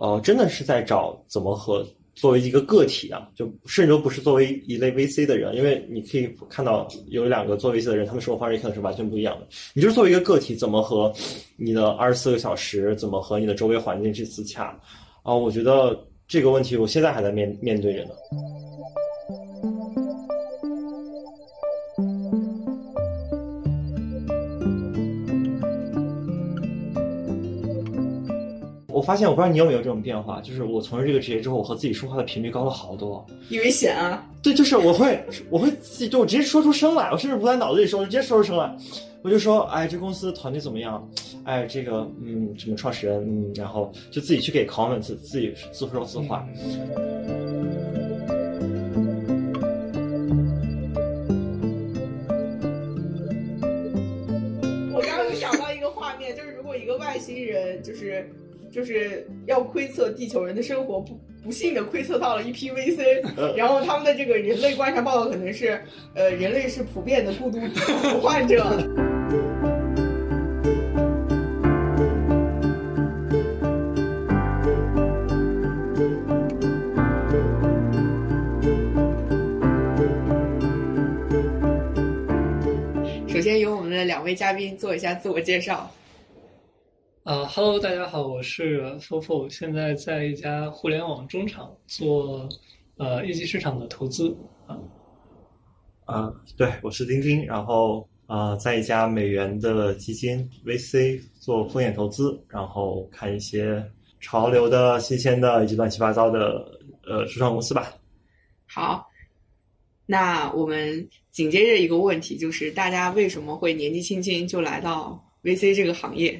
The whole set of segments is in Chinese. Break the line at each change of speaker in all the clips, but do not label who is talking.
真的是在找怎么和作为一个个体啊，就甚至都不是作为一类 VC 的人，因为你可以看到有2个做 VC 的人，他们生活方式可能是完全不一样的。你就是作为一个个体，怎么和你的24个小时，怎么和你的周围环境去自洽啊？我觉得这个问题我现在还在面对着呢。我发现，我不知道你有没有这种变化，就是我从事这个职业之后，我和自己说话的频率高了好多。
因为闲啊。
对，就是我会自己就直接说出声来，我甚至不在脑子里说，我就直接说出声来。我就说，哎，这公司团队怎么样？哎，这个什么创始人，然后就自己去给 comments， 自己自说自话。
我刚刚想到一个画面，就是如果一个外星人就是要窥测地球人的生活，不幸的窥测到了一批 VC， 然后他们的这个人类观察报告可能是，人类是普遍的孤独患者。首先由我们的2位嘉宾做一下自我介绍。
Hello， 大家好，我是 Fofo， 现在在一家互联网中场做一级市场的投资
对，我是丁丁，然后在一家美元的基金 VC 做风险投资，然后看一些潮流的、新鲜的以及乱七八糟的初创公司吧。
好，那我们紧接着一个问题，就是大家为什么会年纪轻轻就来到 VC 这个行业？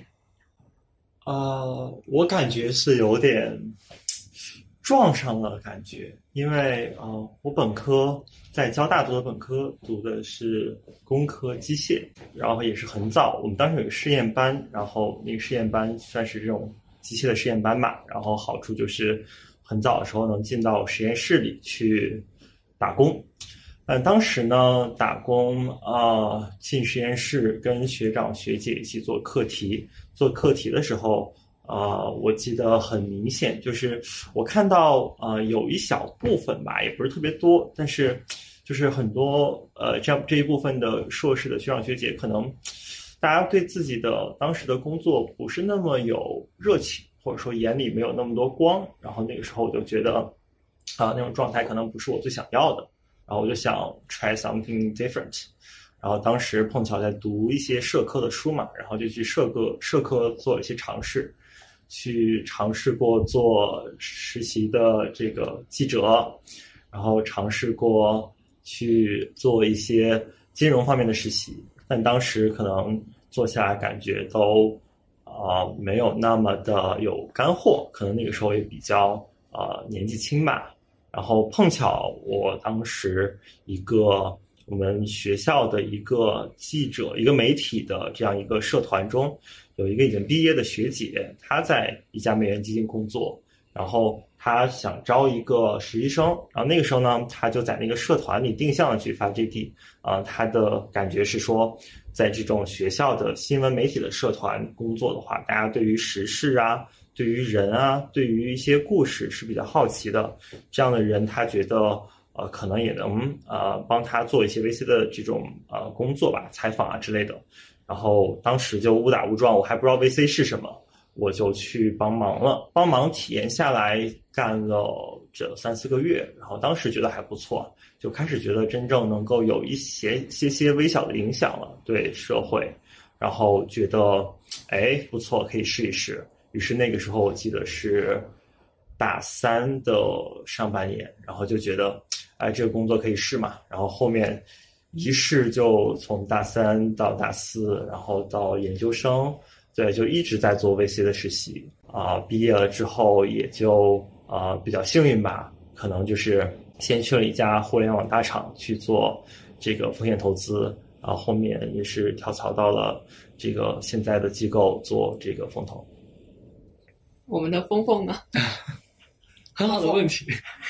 我感觉是有点撞上了感觉，因为我本科在交大读的本科，读的是工科机械，然后也是很早，我们当时有个试验班，然后那个试验班算是这种机械的试验班嘛，然后好处就是很早的时候能进到实验室里去打工。当时呢，打工进实验室跟学长学姐一起做课题。做课题的时候，我记得很明显，就是我看到有一小部分吧，也不是特别多，但是就是很多这一部分的硕士的学长学姐，可能大家对自己的当时的工作不是那么有热情，或者说眼里没有那么多光，然后那个时候我就觉得那种状态可能不是我最想要的。然后我就想 try something different， 然后当时碰巧在读一些社科的书嘛，然后就去社科做一些尝试，去尝试过做实习的这个记者，然后尝试过去做一些金融方面的实习，但当时可能做下来感觉都没有那么的有干货，可能那个时候也比较年纪轻吧。然后碰巧我当时我们学校的一个记者，一个媒体的这样一个社团中，有一个已经毕业的学姐，她在一家美元基金工作，然后她想招一个实习生，然后那个时候呢，她就在那个社团里定向的去发 JD，她的感觉是说，在这种学校的新闻媒体的社团工作的话，大家对于时事啊，对于人啊，对于一些故事是比较好奇的，这样的人他觉得可能也能帮他做一些 VC 的这种工作吧，采访啊之类的。然后当时就误打误撞，我还不知道 VC 是什么，我就去帮忙了，帮忙体验下来干了这3-4个月，然后当时觉得还不错，就开始觉得真正能够有一些微小的影响了对社会，然后觉得不错，可以试一试。于是那个时候我记得是大3的上半年，然后就觉得这个工作可以试嘛，然后后面一试就从大3到大4，然后到研究生，对，就一直在做 VC 的实习毕业了之后也就比较幸运吧，可能就是先去了一家互联网大厂去做这个风险投资，然后后面也是跳槽到了这个现在的机构做这个风投。
我们的峰峰呢？
很好的问题。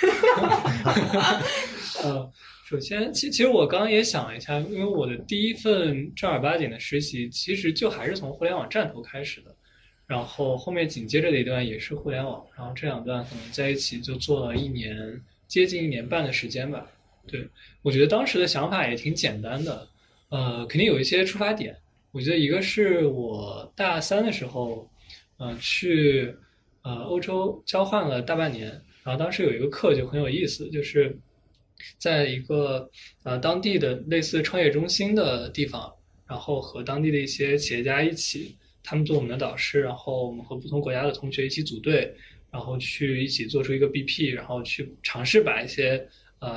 首先，其实我刚刚也想了一下，因为我的第一份正儿八经的实习，其实就还是从互联网站投开始的。 然后后面紧接着的一段也是互联网，然后这2段可能在一起就做了接近1年半的时间吧。对，我觉得当时的想法也挺简单的，肯定有一些出发点。我觉得一个是我大3的时候，去欧洲交换了大半年，然后当时有一个课就很有意思，就是在一个当地的类似创业中心的地方，然后和当地的一些企业家一起，他们做我们的导师，然后我们和不同国家的同学一起组队，然后去一起做出一个 BP， 然后去尝试把一些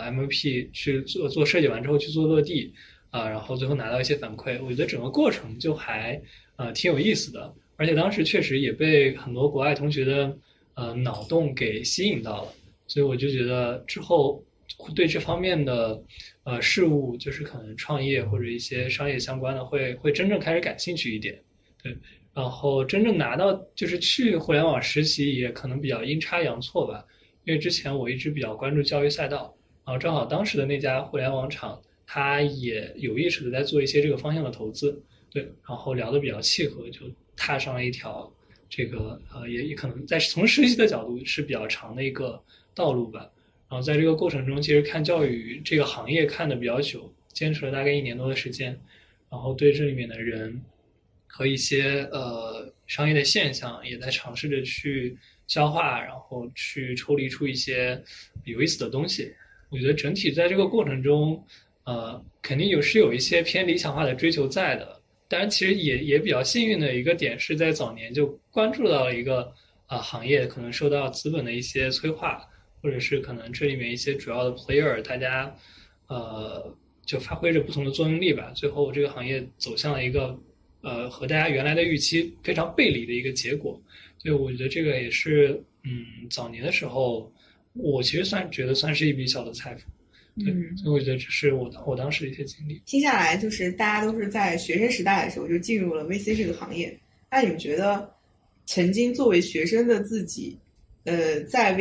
MVP 去做设计完之后去做落地然后最后拿到一些反馈。我觉得整个过程就还挺有意思的，而且当时确实也被很多国外同学的脑洞给吸引到了，所以我就觉得之后对这方面的事物，就是可能创业或者一些商业相关的会真正开始感兴趣一点。对，然后真正拿到就是去互联网实习也可能比较阴差阳错吧，因为之前我一直比较关注教育赛道，然后正好当时的那家互联网厂它也有意识的在做一些这个方向的投资，对，然后聊得比较契合，就踏上了一条这个也可能在从实习的角度是比较长的一个道路吧。然后在这个过程中，其实看教育这个行业看得比较久，坚持了大概1年多的时间，然后对这里面的人和一些商业的现象也在尝试着去消化，然后去抽离出一些有意思的东西。我觉得整体在这个过程中，肯定有一些偏理想化的追求在的。当然，其实也比较幸运的一个点是在早年就关注到了一个行业可能受到资本的一些催化，或者是可能这里面一些主要的 player 大家就发挥着不同的作用力吧，最后这个行业走向了一个和大家原来的预期非常背离的一个结果。所以我觉得这个也是早年的时候我其实觉得算是一笔小的财富。对，所以我觉得这是我当时的一些经历。
听下来就是大家都是在学生时代的时候就进入了 VC 这个行业，那你们觉得曾经作为学生的自己在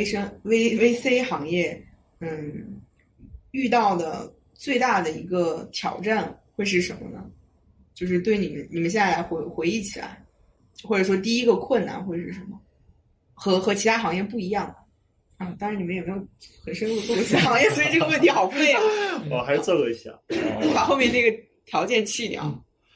VC 行业遇到的最大的一个挑战会是什么呢？就是对你们现在来回忆起来，或者说第一个困难会是什么？和其他行业不一样的当然你们也没有很深入做过其他行业，所以这个问题好废啊。
我还是做过一下，
把后面那个条件去掉。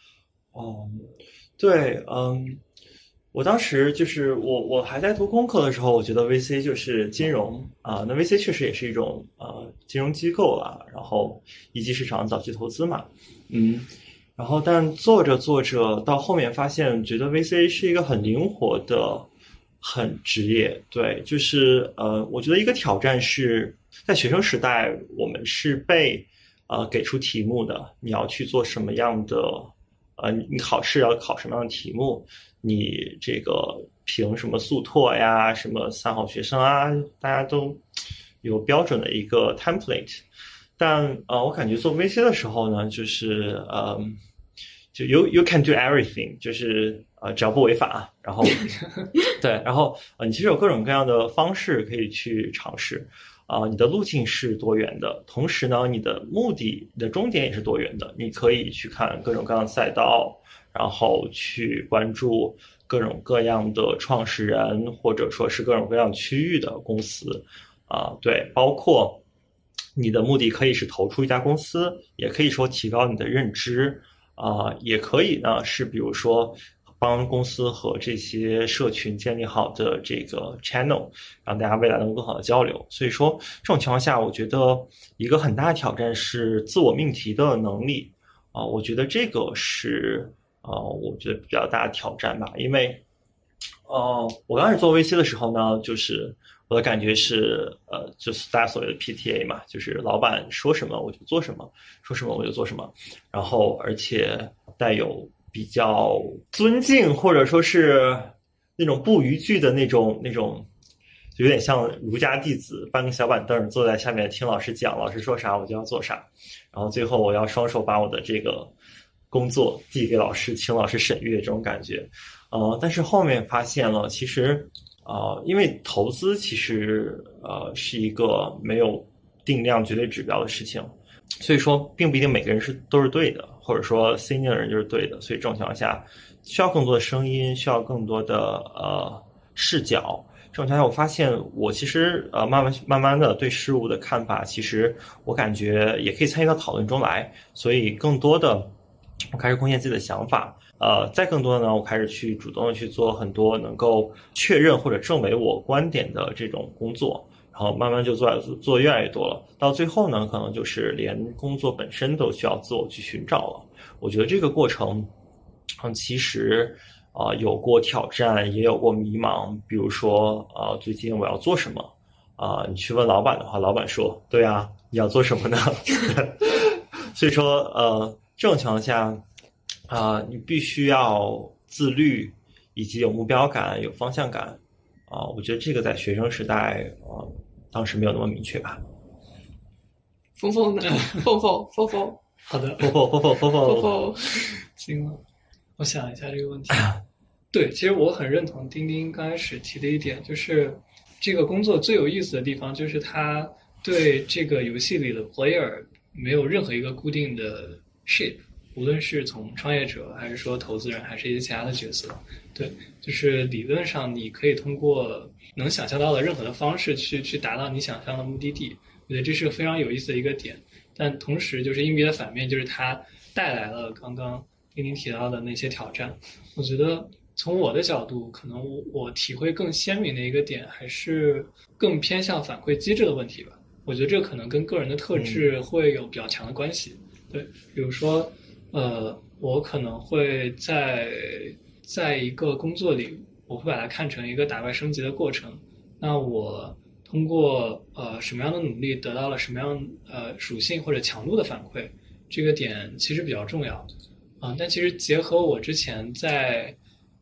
对，我当时就是我还在读工科的时候，我觉得 VC 就是金融那 VC 确实也是一种金融机构啦，然后一级市场早期投资嘛，然后但做着到后面发现，觉得 VC 是一个很灵活的。很职业，对，就是我觉得一个挑战是在学生时代，我们是被给出题目的，你要去做什么样的你考试要考什么样的题目，你这个评什么速拓呀，什么3好学生啊，大家都有标准的一个 template， 但我感觉做 VC 的时候呢，就是就 you can do everything， 就是只要不违法，然后对，然后你其实有各种各样的方式可以去尝试你的路径是多元的，同时呢，你的目的、你的终点也是多元的，你可以去看各种各样的赛道，然后去关注各种各样的创始人，或者说是各种各样区域的公司对，包括你的目的可以是投出一家公司，也可以说提高你的认知也可以呢是比如说帮公司和这些社群建立好的这个 channel， 让大家未来能够更好的交流。所以说这种情况下，我觉得一个很大的挑战是自我命题的能力我觉得这个是我觉得比较大的挑战吧。因为我刚开始做 VC 的时候呢，就是我的感觉是就是大家所谓的 PTA 嘛，就是老板说什么我就做什么，说什么我就做什么，然后而且带有比较尊敬或者说是那种不逾矩的那种就有点像儒家弟子，搬个小板凳坐在下面听老师讲，老师说啥我就要做啥，然后最后我要双手把我的这个工作递给老师，请老师审阅，这种感觉但是后面发现了其实因为投资其实是一个没有定量绝对指标的事情， 所以说并不一定每个人都是对的，或者说 senior 的人就是对的，所以这种情况下需要更多的声音，需要更多的视角。这种情况下，我发现我其实慢慢的对事物的看法，其实我感觉也可以参与到讨论中来，所以更多的我开始贡献自己的想法。再更多的呢，我开始去主动的去做很多能够确认或者证伪我观点的这种工作，然后慢慢就做越来越多了。到最后呢，可能就是连工作本身都需要自我去寻找了。我觉得这个过程，其实有过挑战，也有过迷茫。比如说最近我要做什么你去问老板的话，老板说，对啊，你要做什么呢？所以说这种情况下你必须要自律，以及有目标感，有方向感我觉得这个在学生时代当时没有那么明确吧。
峰峰的峰峰，
好的，
峰，
行了，我想一下这个问题。对，其实我很认同丁丁刚开始提的一点，就是这个工作最有意思的地方，就是他对这个游戏里的 player 没有任何一个固定的 shape， 无论是从创业者，还是说投资人，还是一些其他的角色。对，就是理论上你可以通过能想象到的任何的方式去达到你想象的目的地。我觉得这是个非常有意思的一个点，但同时就是硬币的反面，就是它带来了刚刚丁丁提到的那些挑战。我觉得从我的角度，可能我体会更鲜明的一个点，还是更偏向反馈机制的问题吧。我觉得这可能跟个人的特质会有比较强的关系。对，比如说我可能会在一个工作里，我会把它看成一个打怪升级的过程。那我通过什么样的努力得到了什么样属性或者强度的反馈，这个点其实比较重要但其实结合我之前在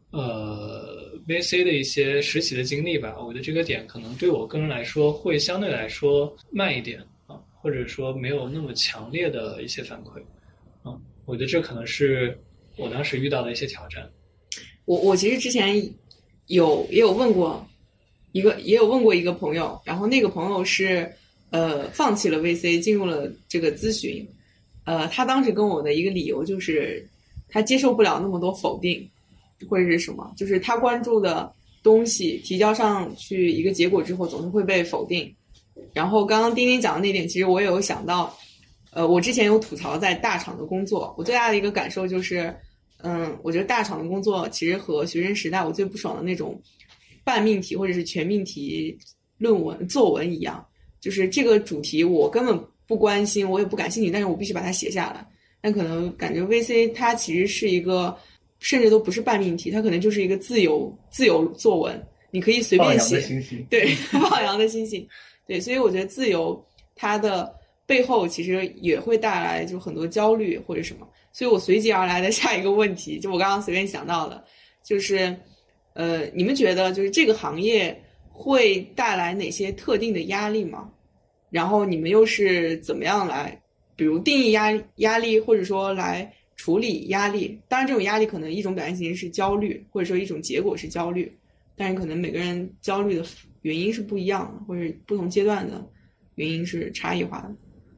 VC 的一些实习的经历吧，我觉得这个点可能对我个人来说会相对来说慢一点或者说没有那么强烈的一些反馈我觉得这可能是我当时遇到的一些挑战。
我其实之前也有问过一个朋友，然后那个朋友是放弃了 VC 进入了这个咨询。他当时跟我的一个理由就是他接受不了那么多否定或者是什么，就是他关注的东西提交上去一个结果之后总是会被否定。然后刚刚丁丁讲的那点，其实我也有想到我之前有吐槽在大厂的工作，我最大的一个感受就是我觉得大厂的工作其实和学生时代我最不爽的那种半命题或者是全命题论文作文一样，就是这个主题我根本不关心，我也不感兴趣，但是我必须把它写下来。但可能感觉 VC 它其实是一个甚至都不是半命题，它可能就是一个自由作文，你可以随便写。对，放羊的星星。对，所以我觉得自由它的背后其实也会带来就很多焦虑或者什么。所以我随即而来的下一个问题，就我刚刚随便想到的，就是你们觉得就是这个行业会带来哪些特定的压力吗？然后你们又是怎么样来比如定义压力，或者说来处理压力？当然这种压力可能一种表现形式是焦虑，或者说一种结果是焦虑，但是可能每个人焦虑的原因是不一样的，或者不同阶段的原因是差异化的。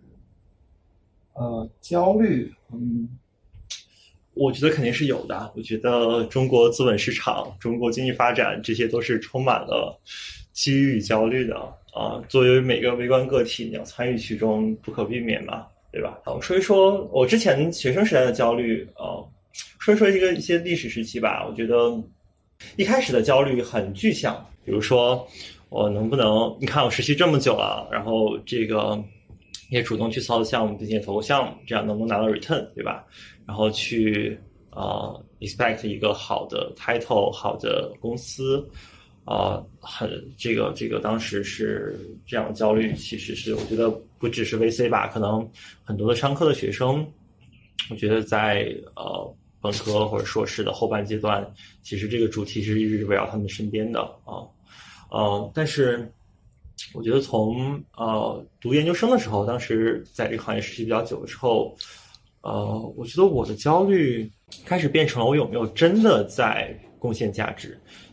焦虑我觉得肯定是有的。我觉得中国资本市场、中国经济发展，这些都是充满了机遇与焦虑的作为每个微观个体，你要参与其中，不可避免嘛，对吧？说一说我之前学生时代的焦虑说一说一些历史时期吧。我觉得一开始的焦虑很具象，比如说我能不能，你看我实习这么久了，然后这个也主动去操作项目，并且投项目，这样能不能拿到 return， 对吧？然后去expect 一个好的 title， 好的公司这个当时是这样的焦虑。其实是我觉得不只是 VC 吧，可能很多的商科的学生，我觉得在本科或者硕士的后半阶段，其实这个主题是一直围绕他们身边的但是我觉得从读研究生的时候，当时在这个行业实习比较久的时候，我觉得我的焦虑开始变成了我有没有真的在贡献价值。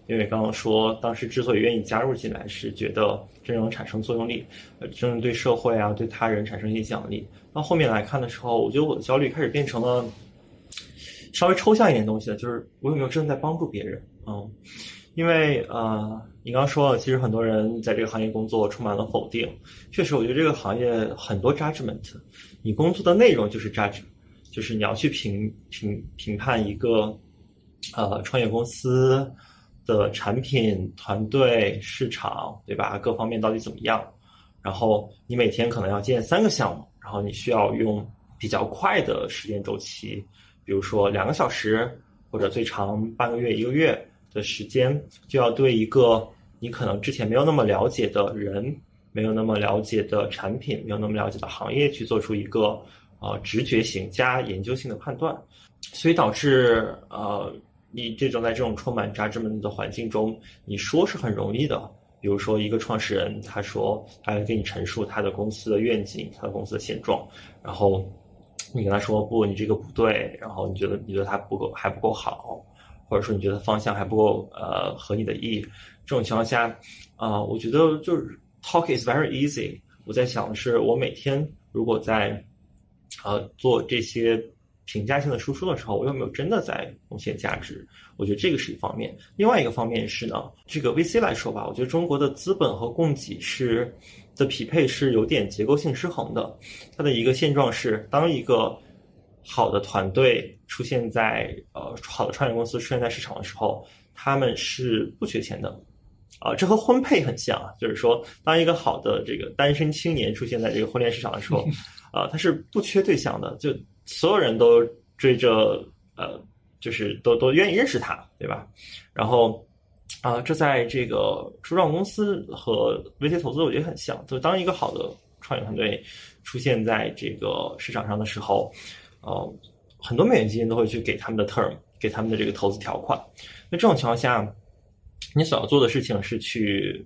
因为刚刚说当时之所以愿意加入进来，是觉得真正产生作用力，真正对社会啊对他人产生影响力。到后面来看的时候，我觉得我的焦虑开始变成了稍微抽象一点东西了，就是我有没有真的在帮助别人。因为你刚刚说了，其实很多人在这个行业工作充满了否定。确实，我觉得这个行业很多 judgment， 你工作的内容就是 judge， 就是你要去评判一个创业公司的产品、团队、市场，对吧？各方面到底怎么样？然后你每天可能要建3个项目，然后你需要用比较快的时间周期，比如说2个小时，或者最长半个月、1个月的时间，就要对一个你可能之前没有那么了解的人、没有那么了解的产品、没有那么了解的行业去做出一个直觉型加研究性的判断，所以导致你在这种充满 judgment 的环境中，你说是很容易的。比如说一个创始人，他说他会给你陈述他的公司的愿景、他的公司的现状，然后你跟他说不，你这个不对，然后你觉得他还不够好，或者说你觉得方向还不够合你的意，这种情况下我觉得就是 talk is very easy。我在想的是，我每天如果在做这些评价性的输出的时候，我有没有真的在贡献价值？我觉得这个是一方面。另外一个方面是呢，这个 VC 来说吧，我觉得中国的资本和供给的匹配是有点结构性失衡的。它的一个现状是，当一个好的团队出现在好的创业公司出现在市场的时候，他们是不缺钱的。这和婚配很像啊，就是说，当一个好的这个单身青年出现在这个婚恋市场的时候，他是不缺对象的，就所有人都追着就是都愿意认识他，对吧？然后这在这个初创公司和 VC 投资我觉得很像，就当一个好的创业团队出现在这个市场上的时候，很多美元基金都会去给他们的 term， 给他们的这个投资条款。那这种情况下，你所要做的事情是去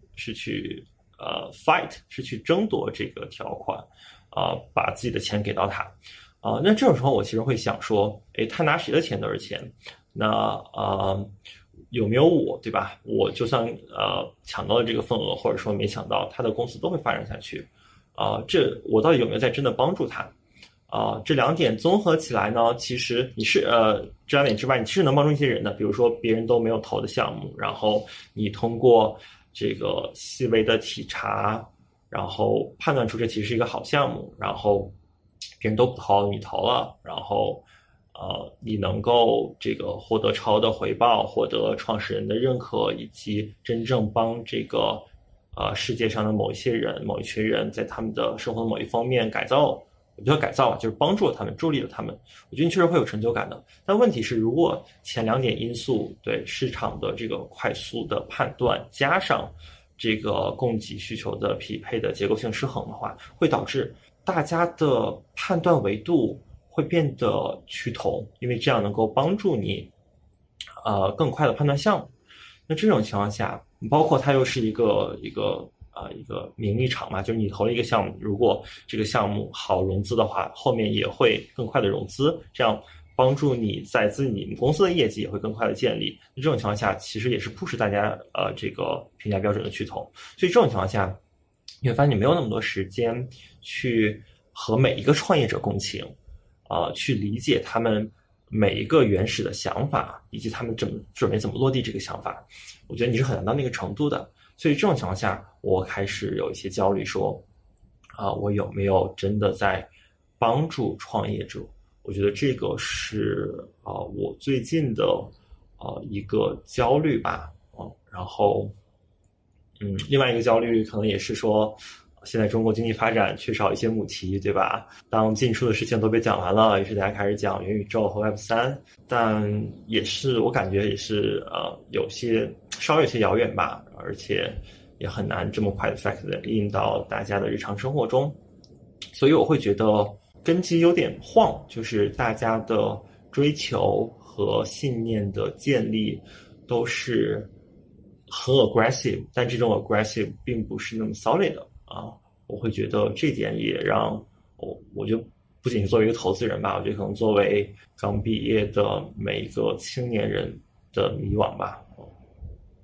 fight， 是去争夺这个条款，把自己的钱给到他。那这种时候我其实会想说，他拿谁的钱都是钱，那有没有我，对吧？我就算抢到了这个份额，或者说没抢到，他的公司都会发展下去。这我到底有没有在真的帮助他？这2点综合起来呢，其实你是这2点之外，你其实能帮助一些人的，比如说别人都没有投的项目，然后你通过这个细微的体察，然后判断出这其实是一个好项目，然后别人都不投，你投了，然后你能够这个获得超额的回报，获得创始人的认可，以及真正帮这个世界上的某一些人、某一群人在他们的生活的某一方面改造。我觉得改造就是帮助了他们，助力了他们，我觉得你确实会有成就感的。但问题是，如果前2点因素对市场的这个快速的判断，加上这个供给需求的匹配的结构性失衡的话，会导致大家的判断维度会变得趋同，因为这样能够帮助你更快的判断项目。那这种情况下，包括它又是一个名利场嘛，就是你投了一个项目，如果这个项目好融资的话，后面也会更快的融资，这样帮助你在你们公司的业绩也会更快的建立。这种情况下，其实也是迫使大家这个评价标准的趋同。所以这种情况下，你会发现你没有那么多时间去和每一个创业者共情，去理解他们每一个原始的想法，以及他们准备怎么落地这个想法。我觉得你是很难到那个程度的。所以这种情况下，我开始有一些焦虑，说我有没有真的在帮助创业者？我觉得这个是我最近的一个焦虑吧。然后另外一个焦虑可能也是说，现在中国经济发展缺少一些母题，对吧？当近处的事情都被讲完了，于是大家开始讲元宇宙和 Web3， 但也是我感觉也是稍微有些遥远吧，而且也很难这么快的 factor in 到大家的日常生活中。所以我会觉得根基有点晃，就是大家的追求和信念的建立都是很 aggressive， 但这种 aggressive 并不是那么 solid 的。我会觉得这点也让我觉得不仅是作为一个投资人吧，我觉得可能作为刚毕业的每一个青年人的迷惘吧。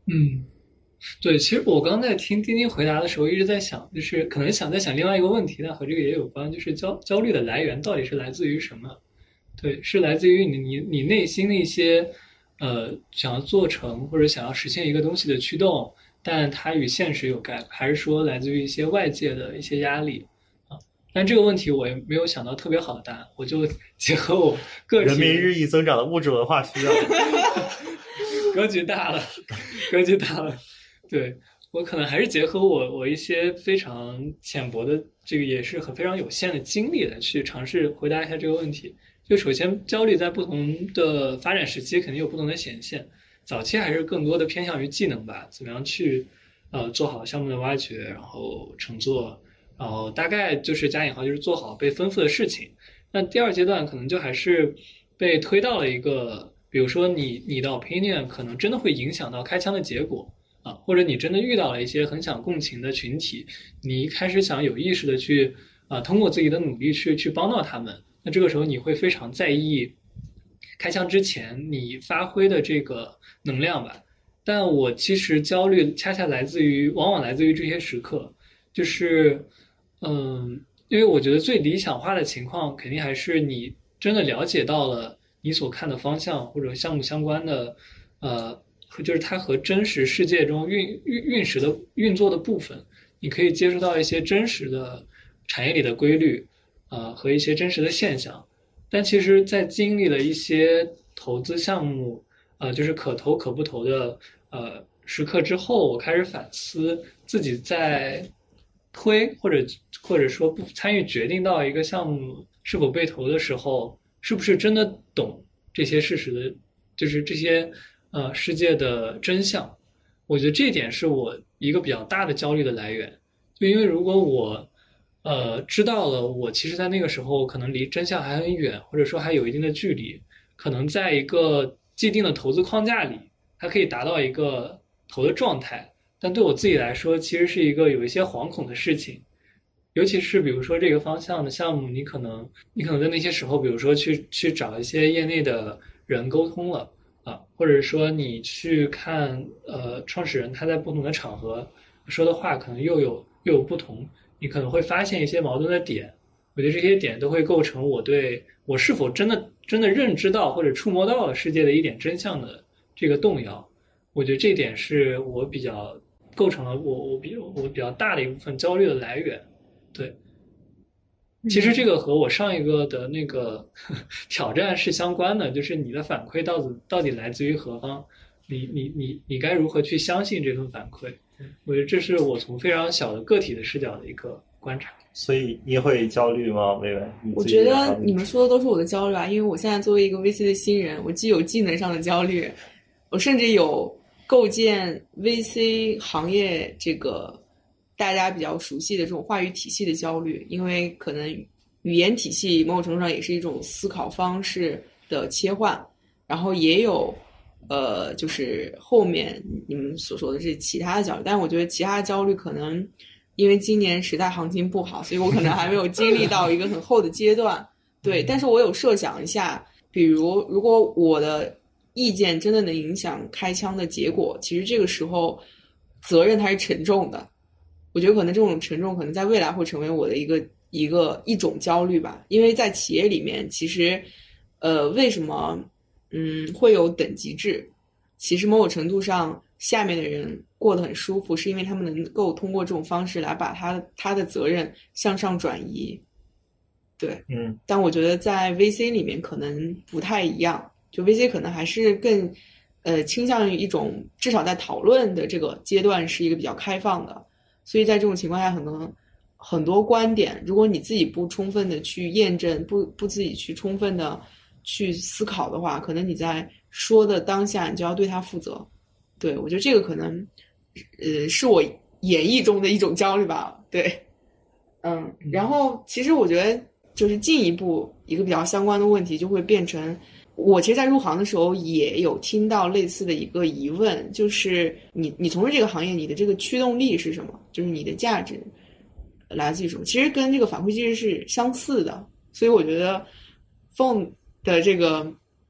对，其实我刚在听丁丁回答的时候，一直在想，就是可能在想另外一个问题，但和这个也有关，就是焦虑的来源到底是来自于什么？对，是来自于你内心的一些想要做成或者想要实现一个东西的驱动，但它与现实有 gap，还是说来自于一些外界的一些压力啊？但这个问题我也没有想到特别好的答案，我就结合我个体
人民日益增长的物质文化需要，
格局大了，格局大了。对，我可能还是结合我一些非常浅薄的这个也是非常有限的经历来去尝试回答一下这个问题。就首先，焦虑在不同的发展时期肯定有不同的显现。早期还是更多的偏向于技能吧，怎么样去做好项目的挖掘，然后乘坐，然后大概就是加引号就是做好被吩咐的事情。那第二阶段可能就还是被推到了一个，比如说你的 opinion 可能真的会影响到开枪的结果。或者你真的遇到了一些很想共情的群体，你开始想有意识的去通过自己的努力去帮到他们，那这个时候你会非常在意开枪之前你发挥的这个能量吧。但我其实焦虑恰恰往往来自于这些时刻，就是因为我觉得最理想化的情况肯定还是你真的了解到了你所看的方向或者项目相关的就是它和真实世界中运作的部分，你可以接触到一些真实的产业里的规律，和一些真实的现象。但其实，在经历了一些投资项目，就是可投可不投的时刻之后，我开始反思自己在推或者说不参与决定到一个项目是否被投的时候，是不是真的懂这些事实的，就是这些。世界的真相，我觉得这一点是我一个比较大的焦虑的来源。就因为如果我知道了，我其实在那个时候可能离真相还很远，或者说还有一定的距离，可能在一个既定的投资框架里，它可以达到一个投的状态，但对我自己来说，其实是一个有一些惶恐的事情。尤其是比如说这个方向的项目，你可能在那些时候，比如说去找一些业内的人沟通了。或者说你去看创始人他在不同的场合说的话可能又有不同，你可能会发现一些矛盾的点。我觉得这些点都会构成我对我是否真的认知到或者触摸到了世界的一点真相的这个动摇。我觉得这一点是我比较构成了我比较大的一部分焦虑的来源。对。其实这个和我上一个的那个挑战是相关的，就是你的反馈到底来自于何方，你该如何去相信这份反馈？我觉得这是我从非常小的个体的视角的一个观察。
所以你会焦虑吗，薇薇？
我觉得你们说的都是我的焦虑啊，因为我现在作为一个 VC 的新人，我既有技能上的焦虑，我甚至有构建 VC 行业这个大家比较熟悉的这种话语体系的焦虑，因为可能语言体系某种程度上也是一种思考方式的切换，然后也有就是后面你们所说的这其他的焦虑，但是我觉得其他的焦虑可能因为今年时代行情不好，所以我可能还没有经历到一个很厚的阶段。对，但是我有设想一下，比如如果我的意见真的能影响开枪的结果，其实这个时候责任它是沉重的。我觉得可能这种沉重可能在未来会成为我的一种焦虑吧。因为在企业里面其实为什么会有等级制，其实某种程度上下面的人过得很舒服，是因为他们能够通过这种方式来把他的责任向上转移。对，但我觉得在 VC 里面可能不太一样，就 VC 可能还是更倾向于一种至少在讨论的这个阶段是一个比较开放的。所以在这种情况下，可能很多观点，如果你自己不充分的去验证，不自己去充分的去思考的话，可能你在说的当下，你就要对它负责。对，我觉得这个可能，是我演绎中的一种焦虑吧。对，然后其实我觉得就是进一步一个比较相关的问题，就会变成。我其实在入行的时候也有听到类似的一个疑问，就是你从事这个行业，你的这个驱动力是什么？就是你的价值来自于什么？其实跟这个反馈机制是相似的，所以我觉得 Phone 的这个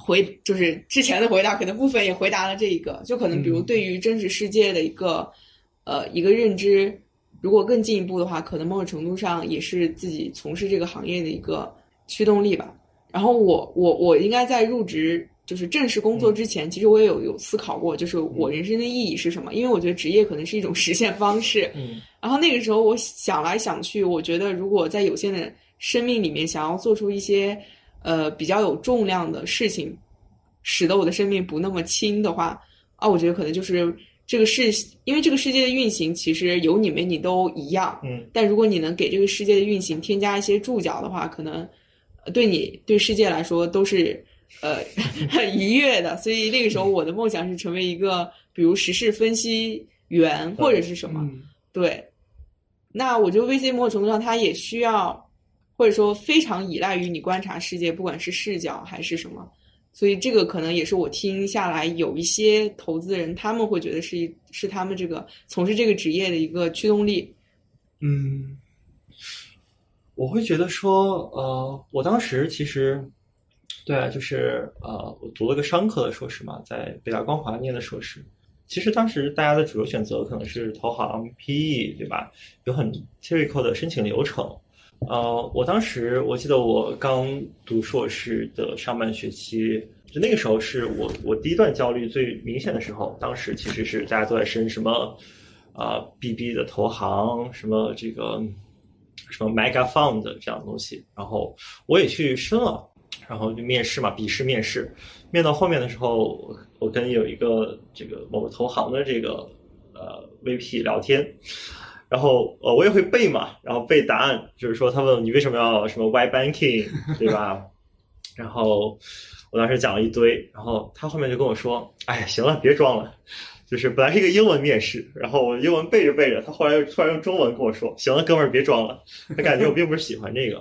就是之前的回答可能部分也回答了这一个，就可能比如对于真实世界的一个认知，如果更进一步的话，可能某种程度上也是自己从事这个行业的一个驱动力吧。然后我应该在入职就是正式工作之前，其实我也有思考过，就是我人生的意义是什么？因为我觉得职业可能是一种实现方式。然后那个时候我想来想去，我觉得如果在有限的生命里面想要做出一些比较有重量的事情，使得我的生命不那么轻的话，我觉得可能就是因为这个世界的运行其实有你没你都一样，但如果你能给这个世界的运行添加一些注脚的话，可能对世界来说都是很愉悦的。所以那个时候我的梦想是成为一个比如时事分析员或者是什么。对，那我觉得 VC 某种程度上它也需要，或者说非常依赖于你观察世界，不管是视角还是什么。所以这个可能也是我听下来有一些投资人他们会觉得是他们这个从事这个职业的一个驱动力。
我会觉得说我当时其实对啊，就是我读了个商科的硕士嘛，在北大光华念的硕士。其实当时大家的主流选择可能是投行 PE 对吧，有很 typical 的申请流程。我当时我记得我刚读硕士的上半学期，就那个时候是我第一段焦虑最明显的时候。当时其实是大家都在申什么BB 的投行，什么这个什么 mega fund 这样的东西，然后我也去申了，然后就面试嘛，笔试面试，面到后面的时候，我跟有一个这个某个投行的这个VP 聊天。然后我也会背嘛，然后背答案，就是说他问你为什么要什么 Y banking 对吧？然后我当时讲了一堆，然后他后面就跟我说，哎行了别装了，就是本来是一个英文面试，然后我英文背着背着，他后来又突然用中文跟我说，行了哥们儿别装了，他感觉我并不是喜欢这个。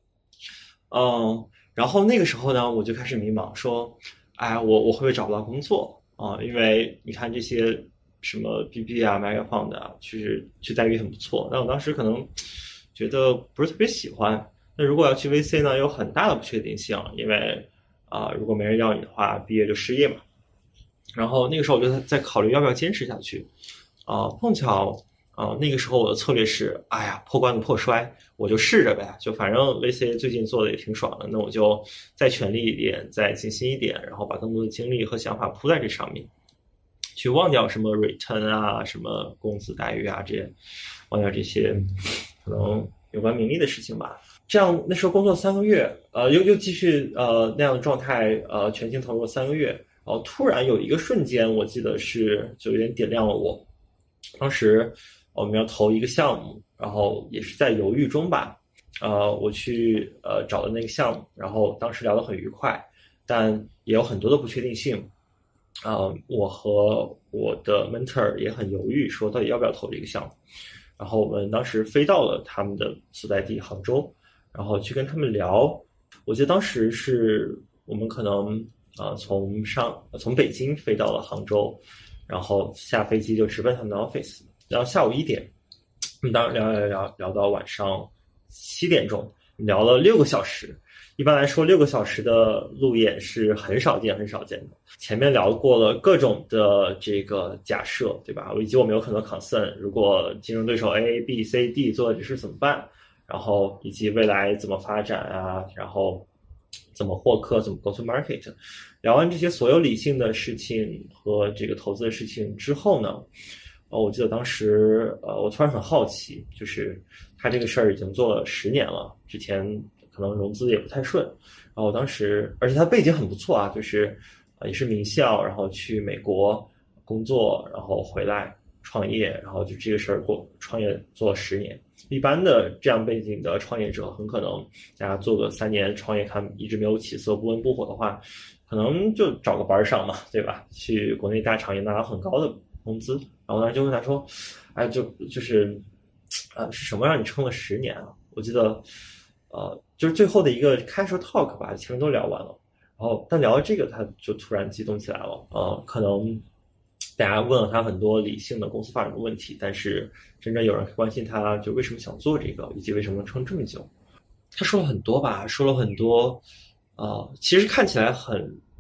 然后那个时候呢我就开始迷茫，说哎我会不会找不到工作因为你看这些什么 BB 啊 mega fund 啊，其实待遇很不错。那我当时可能觉得不是特别喜欢。那如果要去 VC 呢，有很大的不确定性，因为如果没人要你的话，毕业就失业嘛。然后那个时候我就在考虑要不要坚持下去。碰巧那个时候我的策略是，哎呀破罐子破摔，我就试着呗，就反正 VC 最近做的也挺爽的，那我就再全力一点，再尽心一点，然后把更多的精力和想法扑在这上面。去忘掉什么 return 啊，什么工资待遇啊，这些忘掉这些可能有关名利的事情吧。这样那时候工作3个月，又继续那样的状态，全心投入了3个月，然后突然有一个瞬间，我记得是就有点点亮了我。当时我们要投一个项目，然后也是在犹豫中吧。我去找的那个项目，然后当时聊得很愉快，但也有很多的不确定性。我和我的 mentor 也很犹豫，说到底要不要投这个项目。然后我们当时飞到了他们的所在地杭州，然后去跟他们聊。我记得当时是我们可能从北京飞到了杭州，然后下飞机就直奔他们的 office， 然后下午1点，我们当时聊到晚上7点钟，聊了6个小时。一般来说6个小时的路演是很少见的。前面聊过了各种的这个假设，对吧？以及我们有很多 concern， 如果竞争对手 A、B、C、D 做的这事怎么办，然后以及未来怎么发展啊，然后怎么获客，怎么 go to market。 聊完这些所有理性的事情和这个投资的事情之后呢，我记得当时我突然很好奇，就是他这个事儿已经做了10年了，之前可能融资也不太顺，然后当时而且他背景很不错啊，就是也是名校，然后去美国工作，然后回来创业，然后就这个事儿创业做了10年。一般的这样背景的创业者，很可能大家做个3年创业看一直没有起色，不温不火的话，可能就找个班上嘛，对吧？去国内大厂也拿到很高的工资。然后当时就问他说，哎，就是是什么让你撑了10年啊？我记得就是最后的一个 casual talk 吧，前面都聊完了，然后但聊到这个他就突然激动起来了。可能大家问了他很多理性的公司发展的问题，但是真正有人关心他就为什么想做这个，以及为什么能撑这么久。他说了很多吧，说了很多其实看起来很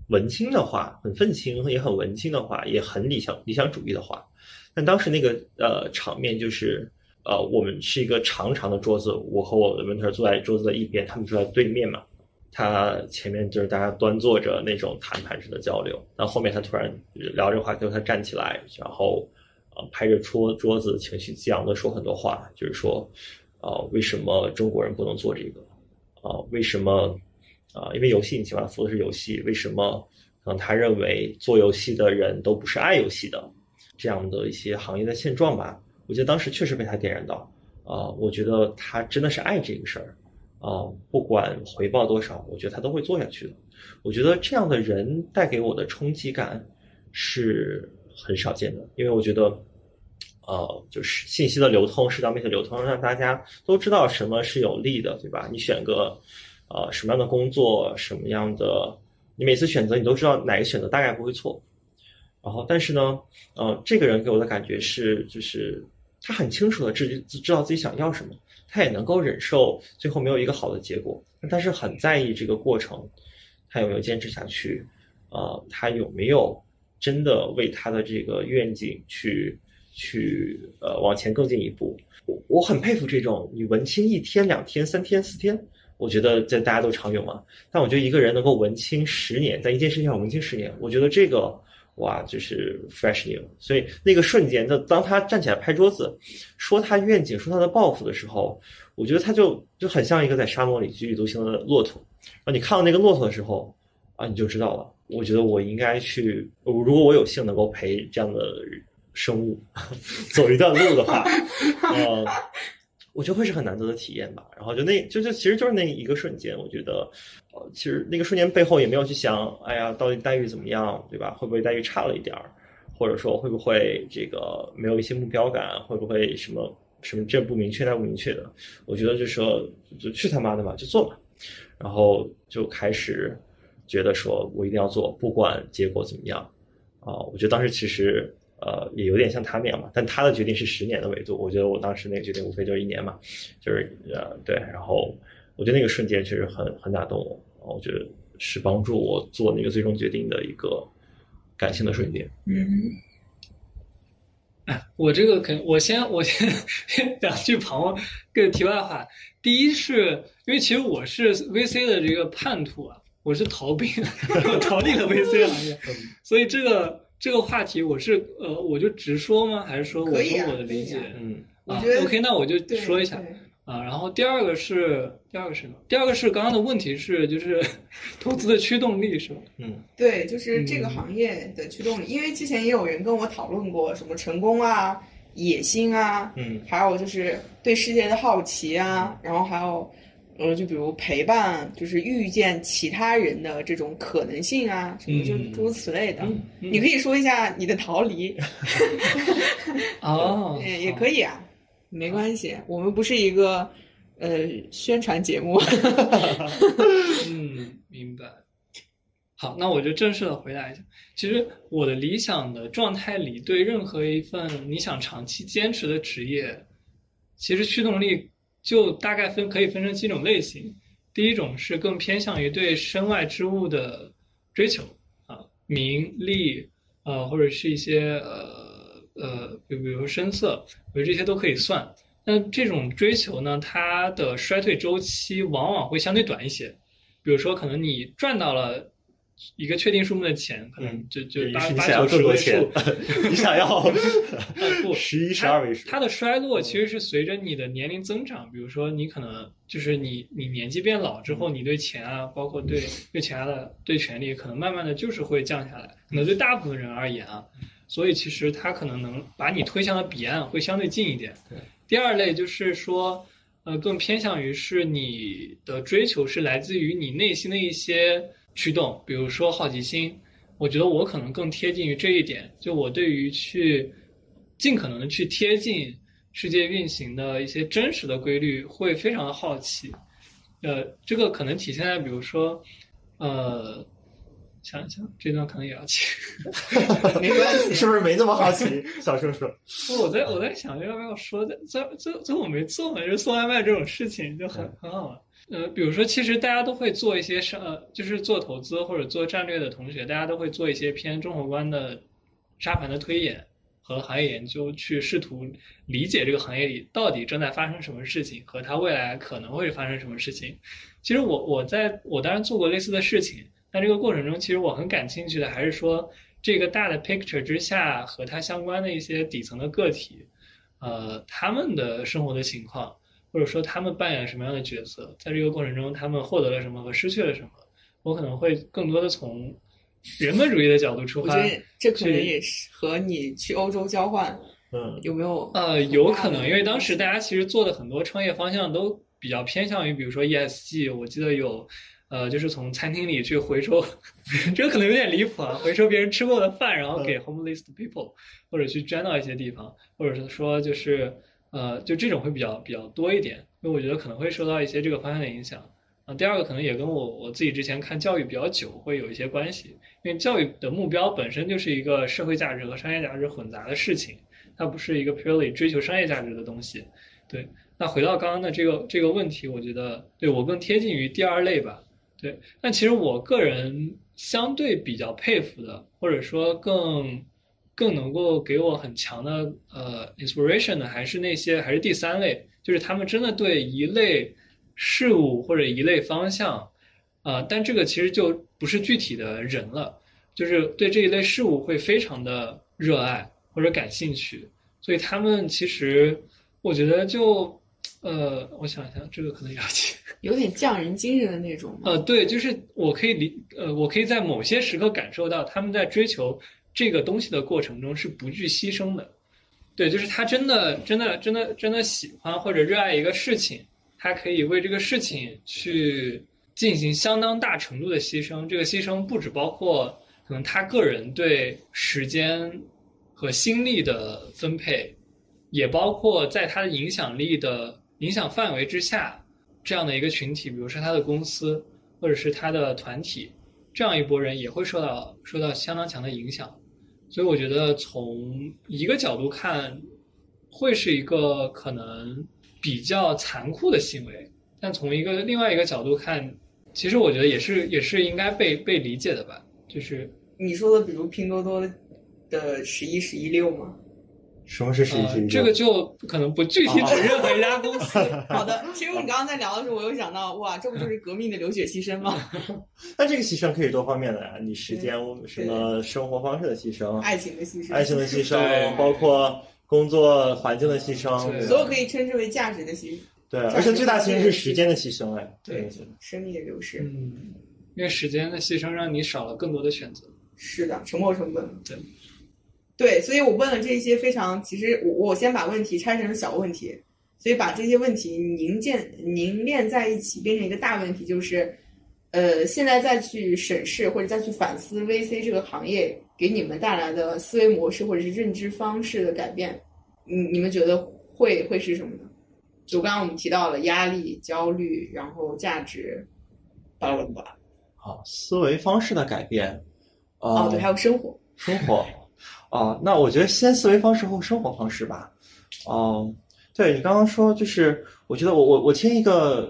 文青的话，很愤青，也很文青的话，也很理想主义的话。但当时那个场面就是我们是一个长长的桌子，我和我的 mentor 坐在桌子的一边，他们坐在对面嘛。他前面就是大家端坐着那种谈判式的交流，然后后面他突然聊这个话题，他站起来，然后拍着桌子，情绪激昂的说很多话，就是说为什么中国人不能做这个为什么因为游戏你起码服的是游戏，为什么可能他认为做游戏的人都不是爱游戏的，这样的一些行业的现状吧。我觉得当时确实被他点燃到我觉得他真的是爱这个事儿不管回报多少，我觉得他都会做下去的。我觉得这样的人带给我的冲击感是很少见的，因为我觉得就是信息的流通，社交媒体的流通，让大家都知道什么是有利的，对吧？你选个什么样的工作，什么样的，你每次选择你都知道哪个选择大概不会错。然后但是呢这个人给我的感觉是，就是他很清楚的知道自己想要什么，他也能够忍受最后没有一个好的结果，但是很在意这个过程，他有没有坚持下去他有没有真的为他的这个愿景去往前更进一步。我很佩服这种你文青1天2天3天4天，我觉得这大家都常有嘛。但我觉得一个人能够文青10年，在一件事情上文青10年，我觉得这个哇就是 fresh new。 所以那个瞬间当他站起来拍桌子说他愿景，说他的抱负的时候，我觉得他就很像一个在沙漠里踽踽独行的骆驼。你看到那个骆驼的时候你就知道了，我觉得我应该去，如果我有幸能够陪这样的生物走一段路的话我觉得会是很难得的体验吧。然后其实就是那一个瞬间，我觉得其实那个瞬间背后也没有去想哎呀到底待遇怎么样，对吧？会不会待遇差了一点，或者说会不会这个没有一些目标感，会不会什么这不明确那不明确的。我觉得就是说就去他妈的嘛，就做吧。然后就开始觉得说我一定要做，不管结果怎么样我觉得当时其实也有点像他那样嘛，但他的决定是10年的维度，我觉得我当时那个决定无非就是1年嘛，就是对。然后我觉得那个瞬间确实很打动我，我觉得是帮助我做那个最终决定的一个感性的瞬间。
我这个我先两句个题外话。第一是因为其实我是 VC 的这个叛徒我是逃兵我逃离了 VC 行业所以这个话题我就直说吗？还是说我说我的理解？
我觉得
OK， 那我就说一下然后第二个是刚刚的问题是就是投资的驱动力是吧？
对，就是这个行业的驱动力。因为之前也有人跟我讨论过什么成功野心还有就是对世界的好奇然后还有就比如陪伴，就是遇见其他人的这种可能性什么就诸如此类的。你可以说一下你的逃离也可以没关系，我们不是一个宣传节目
明白。好，那我就正式的回答一下。其实我的理想的状态里，对任何一份你想长期坚持的职业，其实驱动力就大概可以分成几种类型。第一种是更偏向于对身外之物的追求名利或者是一些比如说声色，我觉得这些都可以算。那这种追求呢，它的衰退周期往往会相对短一些。比如说可能你赚到了一个确定数目的钱，可能就
你想要更多钱你想要
不
11、12位数。
它的衰落其实是随着你的年龄增长。比如说你可能就是你年纪变老之后，你对钱包括对其他的对权利可能慢慢的就是会降下来，可能对大部分人而言所以其实它可能能把你推向了彼岸会相对近一点。
对。
第二类就是说更偏向于是你的追求是来自于你内心的一些驱动，比如说好奇心。我觉得我可能更贴近于这一点，就我对于去尽可能的去贴近世界运行的一些真实的规律会非常的好奇。这个可能体现在比如说想一想，这段可能也要切。
没关系，
是不是没那么好奇？小声说。
我在想要不要说，这我没做嘛，就是送外卖这种事情就很好玩。比如说，其实大家都会做一些就是做投资或者做战略的同学，大家都会做一些偏中宏观的沙盘的推演和行业研究，去试图理解这个行业里到底正在发生什么事情，和它未来可能会发生什么事情。其实我当然做过类似的事情，但这个过程中，其实我很感兴趣的还是说这个大的 picture 之下和它相关的一些底层的个体，他们的生活的情况。或者说他们扮演了什么样的角色，在这个过程中他们获得了什么和失去了什么，我可能会更多的从人本主义的角度出发。
我觉得这可能也是和你去欧洲交换有没有
有可能，因为当时大家其实做的很多创业方向都比较偏向于比如说 ESG， 我记得有就是从餐厅里去回收这个可能有点离谱啊，回收别人吃过的饭然后给 homeless people， 或者去捐到一些地方，或者是说就是就这种会比较多一点，因为我觉得可能会受到一些这个方向的影响。第二个可能也跟我自己之前看教育比较久会有一些关系，因为教育的目标本身就是一个社会价值和商业价值混杂的事情，它不是一个 purely 追求商业价值的东西。对，那回到刚刚的这个问题，我觉得对我更贴近于第二类吧。对，但其实我个人相对比较佩服的，或者说更能够给我很强的inspiration 的还是第三类，就是他们真的对一类事物或者一类方向但这个其实就不是具体的人了，就是对这一类事物会非常的热爱或者感兴趣，所以他们其实我觉得就我想一下，这个可能要紧，
有点匠人精神的那种吗？
对，就是我可以在某些时刻感受到他们在追求这个东西的过程中是不惧牺牲的。对，就是他真的喜欢或者热爱一个事情，他可以为这个事情去进行相当大程度的牺牲。这个牺牲不只包括可能他个人对时间和心力的分配，也包括在他的影响力的影响范围之下，这样的一个群体，比如说他的公司或者是他的团体，这样一拨人也会受到相当强的影响。所以我觉得从一个角度看，会是一个可能比较残酷的行为，但从另外一个角度看，其实我觉得也是应该被理解的吧。就是
你说的，比如拼多多的11.16吗？
什么是11.16？
这个就可能不具体指任何一家公司。
好的，其实你刚刚在聊的时候，我有想到，哇，这不就是革命的流血牺牲吗？
那这个牺牲可以多方面的呀，你时间什么生活方式的牺牲，
爱情的牺
牲，包括工作环境的牺牲，
所有可以称之为价值的牺牲。
对，而且最大牺牲是时间的牺牲，
对，生命的流逝。
因为时间的牺牲让你少了更多的选择。
是的，沉没成本。对，所以我问了这些非常，其实我先把问题拆成小问题，所以把这些问题凝练在一起，变成一个大问题，就是现在再去审视或者再去反思 VC 这个行业给你们带来的思维模式或者是认知方式的改变，你们觉得会是什么呢？就刚刚我们提到了压力、焦虑，然后价值，巴拉巴拉。
好，思维方式的改变。
对，还有生活。
那我觉得先思维方式后生活方式吧。对，你刚刚说，就是我觉得我听一个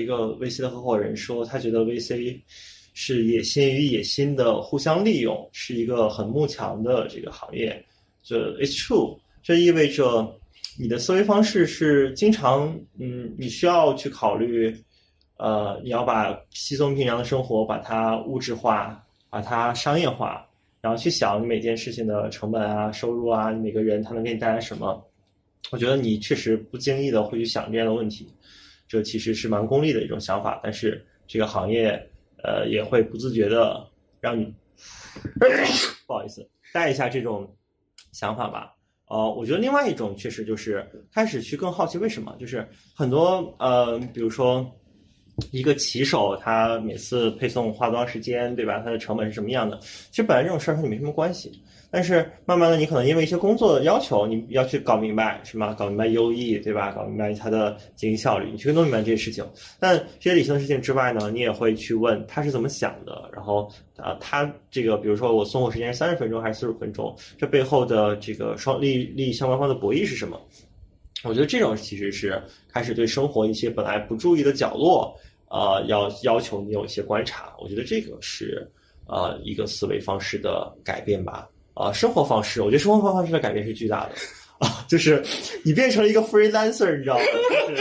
VC 的合伙人说，他觉得 VC 是野心与野心的互相利用，是一个很慕强的这个行业。这 it's true， 这意味着你的思维方式是经常你需要去考虑你要把稀松平常的生活把它物质化，把它商业化，然后去想你每件事情的成本啊、收入啊，每个人他能给你带来什么。我觉得你确实不经意的会去想这样的问题，这其实是蛮功利的一种想法，但是这个行业也会不自觉的让你不好意思带一下这种想法吧。我觉得另外一种确实就是开始去更好奇为什么，就是很多比如说一个骑手他每次配送花多长时间，对吧？他的成本是什么样的？其实本来这种事儿和你没什么关系， 但是慢慢的，你可能因为一些工作的要求，你要去搞明白，是吗？搞明白 UE， 对吧？搞明白它的经营效率，你去弄明白这些事情。但这些理性的事情之外呢，你也会去问他是怎么想的，然后他这个比如说我送货时间是30分钟还是40分钟，这背后的这个利益相关方的博弈是什么？我觉得这种其实是开始对生活一些本来不注意的角落，要求你有一些观察。我觉得这个是一个思维方式的改变吧。生活方式，我觉得生活方式的改变是巨大的就是你变成了一个 freelancer， 你知道吗？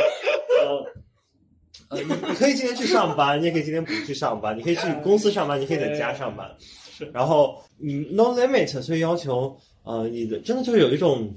就是你可以今天去上班，你也可以今天不去上班，你可以去公司上班，你可以在家上班，然后你 no limit， 所以要求你的真的就是有一种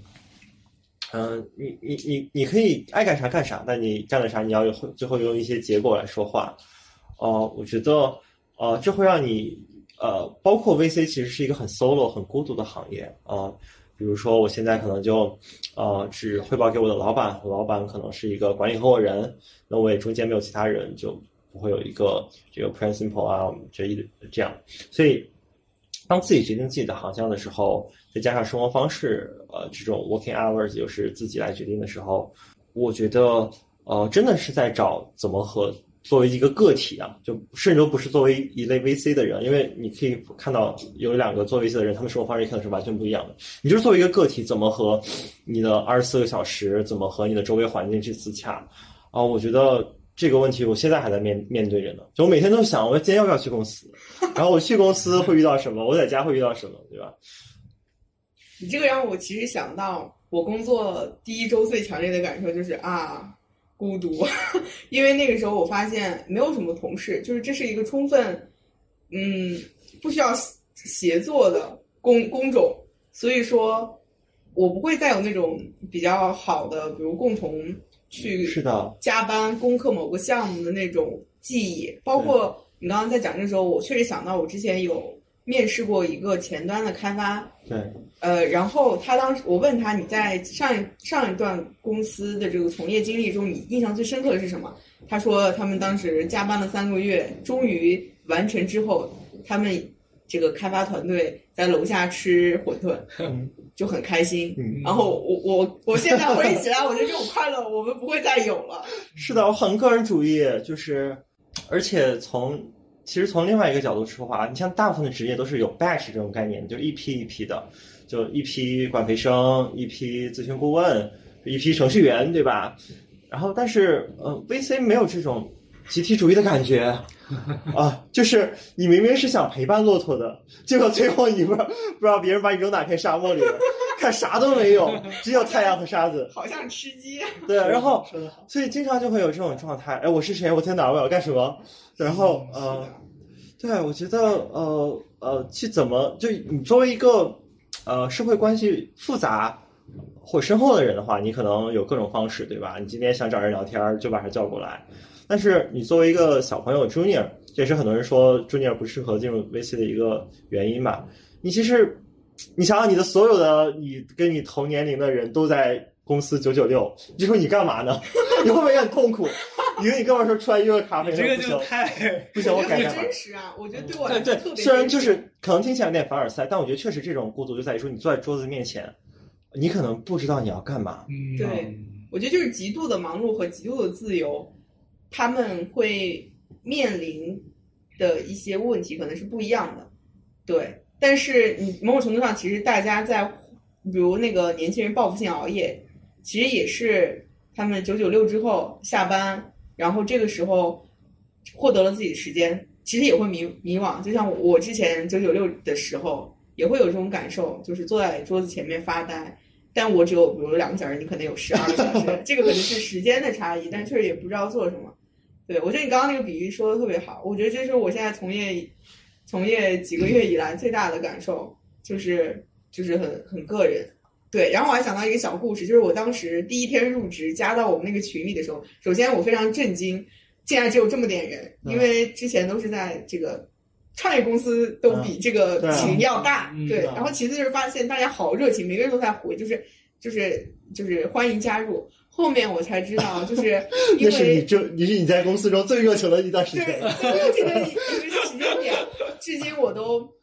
你可以爱干啥干啥，但你干了啥你要最后用一些结果来说话。我觉得这会让你包括 VC 其实是一个很 solo 很孤独的行业比如说我现在可能就只汇报给我的老板，我老板可能是一个管理合伙人，那我也中间没有其他人，就不会有一个这个 principal 这样。所以当自己决定自己的航向的时候，再加上生活方式这种 working hours 又是自己来决定的时候，我觉得真的是在找怎么和作为一个个体就甚至都不是作为一类 VC 的人，因为你可以看到有2个做 VC 的人，他们生活方式可能是完全不一样的。你就是作为一个个体，怎么和你的24个小时，怎么和你的周围环境去自洽我觉得这个问题我现在还在面对着呢。就我每天都想，我今天要不要去公司？然后我去公司会遇到什么？我在家会遇到什么？对吧？
你这个让我其实想到，我工作第1周最强烈的感受就是孤独，因为那个时候我发现没有什么同事，就是这是一个充分不需要协作的工种，所以说我不会再有那种比较好的，比如共同去加班攻克某个项目的那种记忆。包括你刚刚在讲这时候，我确实想到我之前有面试过一个前端的开发，然后他当时我问他，你在上一段公司的这个从业经历中，你印象最深刻的是什么？他说他们当时加班了3个月，终于完成之后，他们这个开发团队在楼下吃馄饨，就很开心。然后我现在回忆起来，我觉得这种快乐我们不会再有了。
是的，我很个人主义，就是而且其实从另外一个角度出发，你像大部分的职业都是有 batch 这种概念，就是一批一批的，就一批管培生，一批咨询顾问，一批程序员，对吧？然后但是VC 没有这种集体主义的感觉就是你明明是想陪伴骆驼的，结果最后你不知道别人把你扔哪片沙漠里了，看啥都没有，只有太阳和沙子，
好像吃鸡。
对，然后所以经常就会有这种状态，我是谁？我在哪儿？我要干什么？然后对，我觉得去怎么就你作为一个社会关系复杂或深厚的人的话，你可能有各种方式，对吧？你今天想找人聊天就把他叫过来，但是你作为一个小朋友 junior， 这也是很多人说 junior 不适合进入 VC 的一个原因吧。你其实你想想，你的所有的你跟你同年龄的人都在公司996，你说你干嘛呢？你会不会也很痛苦？你跟你哥们说出来约个咖啡，
这个就
不行，我改
干嘛？真实我觉得对我来说特别。
虽然就是可能听起来有点凡尔赛，但我觉得确实这种孤独就在于说，你坐在桌子面前，你可能不知道你要干嘛。
对，我觉得就是极度的忙碌和极度的自由，他们会面临的一些问题可能是不一样的。对，但是你某种程度上，其实大家在比如那个年轻人报复性熬夜，其实也是他们996之后下班，然后这个时候获得了自己的时间，其实也会迷惘。就像我之前996的时候也会有这种感受，就是坐在桌子前面发呆，但我只有比如2个小时，你可能有12个小时，这个可能是时间的差异，但确实也不知道做什么。对，我觉得你刚刚那个比喻说的特别好，我觉得这是我现在从业几个月以来最大的感受，就是很个人。对，然后我还想到一个小故事，就是我当时第一天入职加到我们那个群里的时候，首先我非常震惊，竟然只有这么点人，因为之前都是在这个创业公司都比这个群要大，对。然后其次就是发现大家好热情，每个人都在回，就是欢迎加入。后面我才知道，就是因为
你是你在公司中最热情的一段时间，
对，最热情的一个时间点，至今我都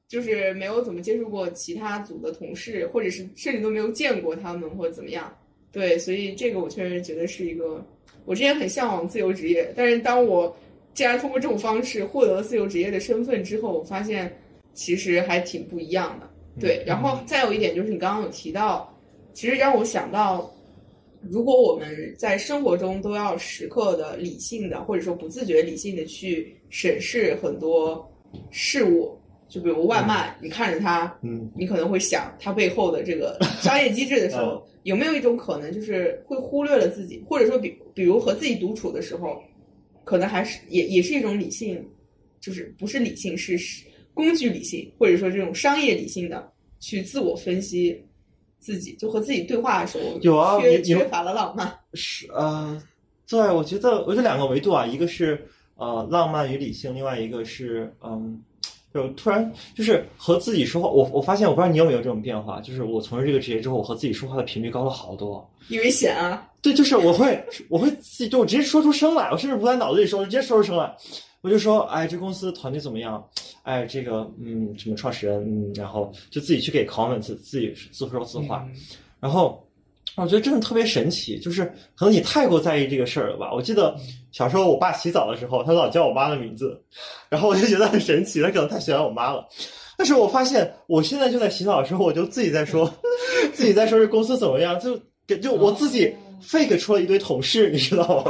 就是没有怎么接触过其他组的同事，或者是甚至都没有见过他们或者怎么样。对，所以这个我确实觉得是一个，我之前很向往自由职业，但是当我既然通过这种方式获得了自由职业的身份之后，我发现其实还挺不一样的。对，然后再有一点就是你刚刚有提到，其实让我想到，如果我们在生活中都要时刻的理性的，或者说不自觉理性的去审视很多事物，就比如外卖，你看着它，你可能会想它背后的这个商业机制的时候，有没有一种可能就是会忽略了自己，或者说比如和自己独处的时候，可能还是也是一种理性，就是不是理性，是工具理性，或者说这种商业理性的去自我分析自己，就和自己对话的时候，
有啊，
缺乏了浪漫。
是对，我觉得两个维度啊，一个是浪漫与理性，另外一个是就突然就是和自己说话，我发现我不知道你有没有这种变化，就是我从事这个职业之后，我和自己说话的频率高了好多。
因为闲啊。
对，就是我会自己就我直接说出声来，我甚至不在脑子里说，我直接说出声来。我就说，哎，这公司团队怎么样？哎，这个什么创始人，然后就自己去给 comments， 自己自说自话。然后我觉得真的特别神奇，就是可能你太过在意这个事儿了吧。我记得小时候我爸洗澡的时候，他老叫我妈的名字，然后我就觉得很神奇，他可能太喜欢我妈了。但是我发现我现在就在洗澡的时候，我就自己在说这公司怎么样，就我自己 fake 出了一堆同事，你知道吗？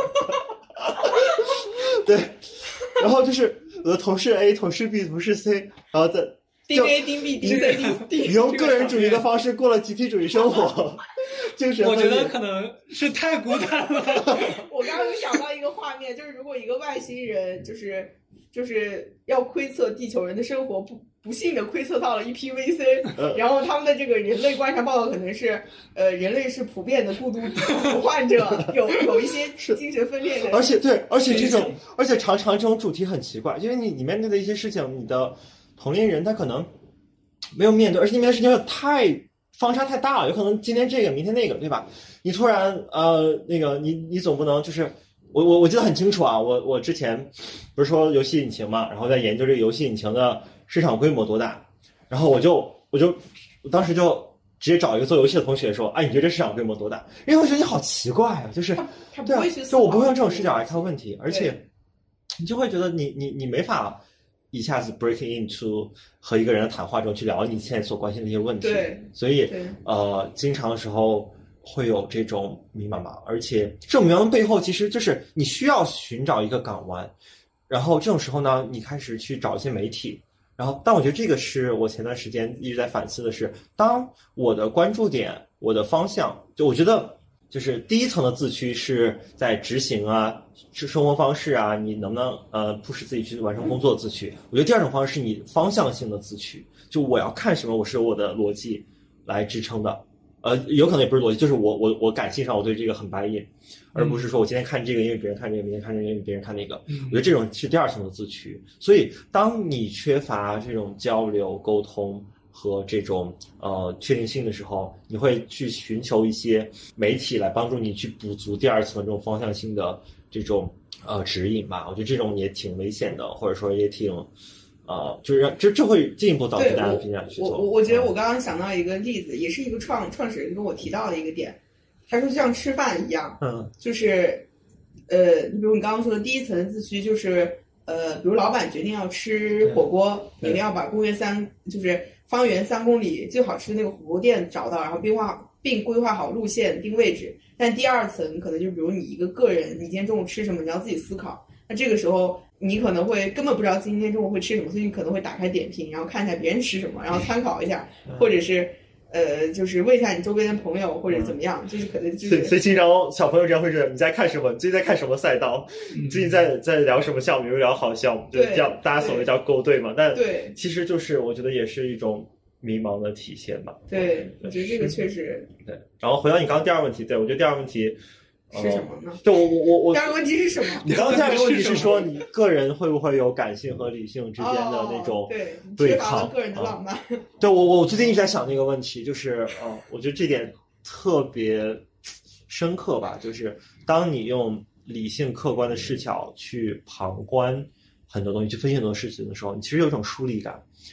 对，然后就是我的同事 A、同事 B、同事 C， 然后再
丁 A、丁 B、丁 C、丁 D，
用个人主义的方式过了集体主义生活。就是
我觉得可能是太孤单了。
我刚刚有想到一个画面，就是如果一个外星人就是要窥测地球人的生活，不幸的窥测到了一批 VC，然后他们的这个人类观察报告可能是人类是普遍的孤独患者，有一些精神分裂的，
而且常常这种主题很奇怪，因为你面对的一些事情，你的同龄人他可能没有面对，而且你面对的事情太方差太大了，有可能今天这个明天那个，对吧？你突然那个你总不能就是我记得很清楚啊，我之前不是说游戏引擎嘛，然后在研究这个游戏引擎的市场规模多大，然后我当时就直接找一个做游戏的同学说，哎，你觉得这市场规模多大？因为我觉得你好奇怪啊，就是
他不会去
就我不会用这种视角来看问题，而且你就会觉得你没法一下子 breaking into 和一个人的谈话中去聊你现在所关心的一些问题，
对，
所以经常的时候会有这种迷茫吧，而且这种迷茫的背后其实就是你需要寻找一个港湾，然后这种时候呢，你开始去找一些媒体，然后但我觉得这个是我前段时间一直在反思的是，当我的关注点、我的方向，就我觉得就是第一层的自驱是在执行啊、是生活方式啊，你能不能push自己去完成工作自驱？我觉得第二种方式是你方向性的自驱，就我要看什么，我是有我的逻辑来支撑的。有可能也不是逻辑，就是我感性上我对这个很buy in，而不是说我今天看这个因为别人看这个，明天看这个因为别人看那个。我觉得这种是第二层的自驱。所以当你缺乏这种交流沟通和这种确定性的时候，你会去寻求一些媒体来帮助你去补足第二层这种方向性的这种指引吧。我觉得这种也挺危险的，或者说也挺就是这会进一步导致大家评价去做。
我觉得我刚刚想到一个例子，也是一个创始人跟我提到的一个点，他说就像吃饭一样，就是你比如你刚刚说的第一层的自驱，就是比如老板决定要吃火锅，你一定要把就是方圆3公里最好吃的那个火锅店找到，然后并规划好路线定位置。但第二层可能就比如你一个人，你今天中午吃什么，你要自己思考。那这个时候你可能会根本不知道今天中午会吃什么，所以你可能会打开点评，然后看一下别人吃什么，然后参考一下，或者是就是问一下你周边的朋友或者怎么样，就是可能就是。
所以经常小朋友这样会说你在看什么？你最近在看什么赛道？你最近在聊什么项目？有聊好项目，就叫大家所谓叫勾兑嘛。但
对，
其实就是我觉得也是一种迷茫的体现吧。
对，我觉得这个确实。
对，然后回到你刚刚第二个问题，对我觉得第二个问题。
是什么呢？
就我
第二个问题是什么？
你刚刚第二个问题是说你个人会不会有感性和理性之间的那种对抗？
缺乏了个人的浪漫。
对，我最近一直在想这个问题，就是我觉得这点特别深刻吧，就是当你用理性客观的视角去旁观很多东西，去分析很多事情的时候，你其实有一种疏离感。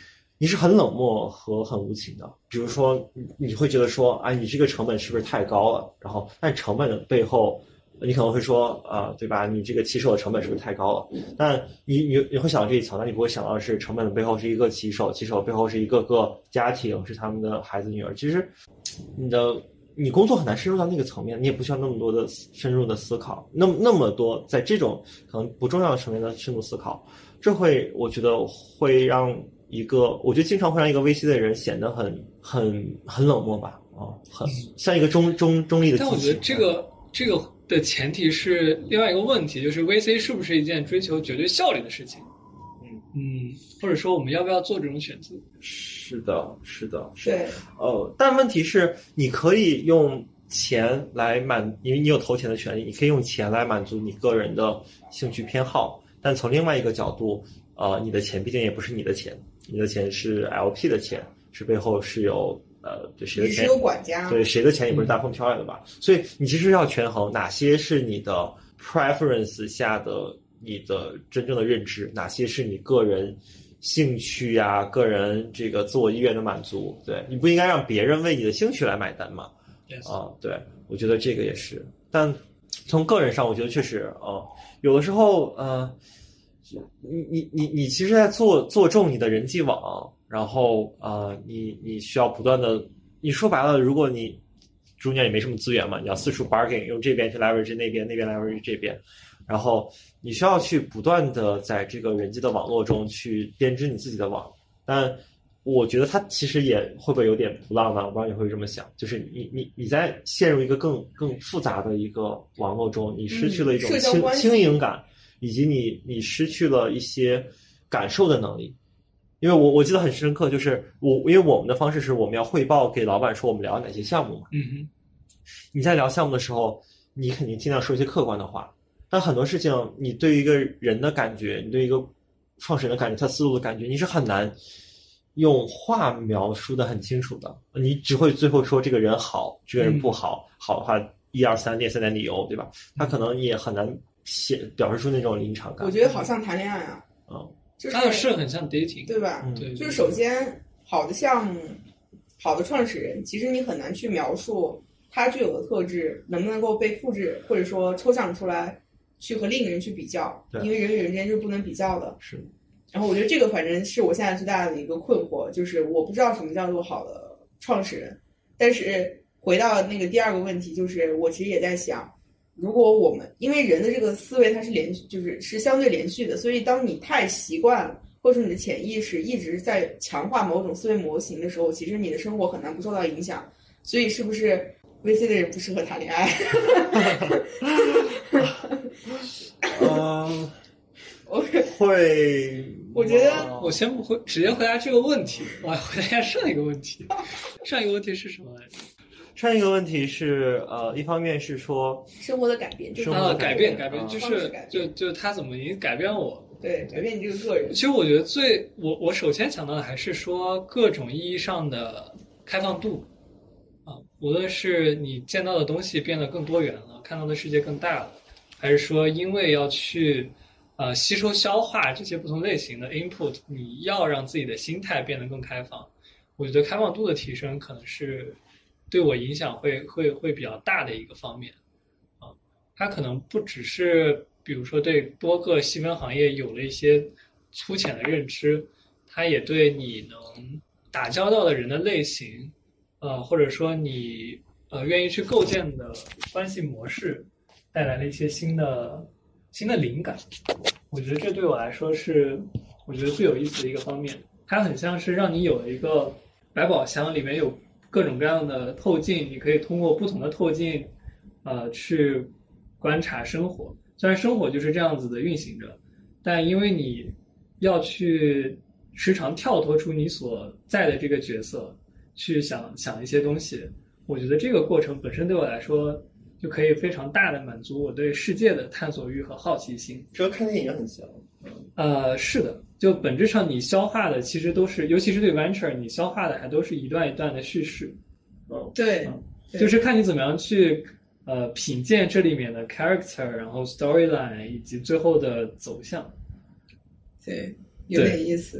你是很冷漠和很无情的。比如说你会觉得说啊，你这个成本是不是太高了？然后但成本的背后，你可能会说对吧？你这个骑手的成本是不是太高了？但你会想到这一层，但你不会想到的是成本的背后是一个骑手，骑手背后是一个个家庭，是他们的孩子女儿。其实你工作很难深入到那个层面，你也不需要那么多的深入的思考，那么多在这种可能不重要的层面的深度思考，这会我觉得会让我觉得经常会让一个 VC 的人显得很冷漠吧，很像一个中立的机器。
但我觉得这个的前提是另外一个问题，就是 VC 是不是一件追求绝对效率的事情？或者说我们要不要做这种选择？
是的。
对。
但问题是，你可以用钱来因为你有投钱的权利，你可以用钱来满足你个人的兴趣偏好。但从另外一个角度，你的钱毕竟也不是你的钱，你的钱是 LP 的钱，是背后是有对谁的钱，
是有管家，
对谁的钱也不是大风飘来的吧？所以你其实要权衡哪些是你的 preference 下的你的真正的认知，哪些是你个人兴趣啊，个人这个自我意愿的满足。对，你不应该让别人为你的兴趣来买单嘛。
Yes.
对，我觉得这个也是。但从个人上，我觉得确实有的时候你其实在做重你的人际网，然后你需要不断的，你说白了，如果你中间也没什么资源嘛，你要四处 bargain， 用这边去 leverage 那边leverage 这边，然后你需要去不断的在这个人际的网络中去编织你自己的网。但我觉得它其实也会不会有点不浪漫，我不知道你会这么想，就是你在陷入一个更复杂的一个网络中，你失去了一种轻盈感，以及你失去了一些感受的能力。因为我记得很深刻，就是因为我们的方式是我们要汇报给老板说我们聊哪些项目嘛。你在聊项目的时候，你肯定尽量说一些客观的话，但很多事情你对于一个人的感觉，你对一个创始人的感觉，他思路的感觉，你是很难用话描述的很清楚的。你只会最后说这个人好，这个人不好，好的话1、2、3列3点理由，对吧？他可能也很难表示出那种临场感。
我觉得好像谈恋爱啊，
是很像 dating，
对吧？
对，
就是首先好的项目、好的创始人，其实你很难去描述他具有的特质能不能够被复制，或者说抽象出来去和另一个人去比较，因为人与人之间是不能比较的。
是。
然后我觉得这个反正是我现在最大的一个困惑，就是我不知道什么叫做好的创始人。但是回到那个第二个问题，就是我其实也在想，如果我们因为人的这个思维它是是相对连续的，所以当你太习惯了，或者说你的潜意识一直在强化某种思维模型的时候，其实你的生活很难不受到影响。所以是不是 VC 的人不适合谈恋爱？我觉得
我先不会直接回答这个问题，我来回答一下上一个问题。上一个问题是什么来着？
上一个问题是一方面是说
生活的改变，
改变就是就他怎么改变我，
对，改变你这个个人。
其实我觉得我首先想到的还是说各种意义上的开放度无论是你见到的东西变得更多元了，看到的世界更大了，还是说因为要去吸收消化这些不同类型的 input， 你要让自己的心态变得更开放。我觉得开放度的提升可能是对我影响会比较大的一个方面它可能不只是比如说对多个细分行业有了一些粗浅的认知，它也对你能打交道的人的类型或者说你愿意去构建的关系模式带来了一些新的灵感。我觉得这对我来说是我觉得最有意思的一个方面。它很像是让你有了一个百宝箱，里面有各种各样的透镜，你可以通过不同的透镜去观察生活。虽然生活就是这样子的运行着，但因为你要去时常跳脱出你所在的这个角色去想一些东西，我觉得这个过程本身对我来说就可以非常大的满足我对世界的探索欲和好奇心。
这和看电影很像。
是的，就本质上你消化的其实都是，尤其是对 venture， 你消化的还都是一段一段的叙事。
对，
就是看你怎么样去品鉴这里面的 character， 然后 storyline 以及最后的走向。
对，有点意思。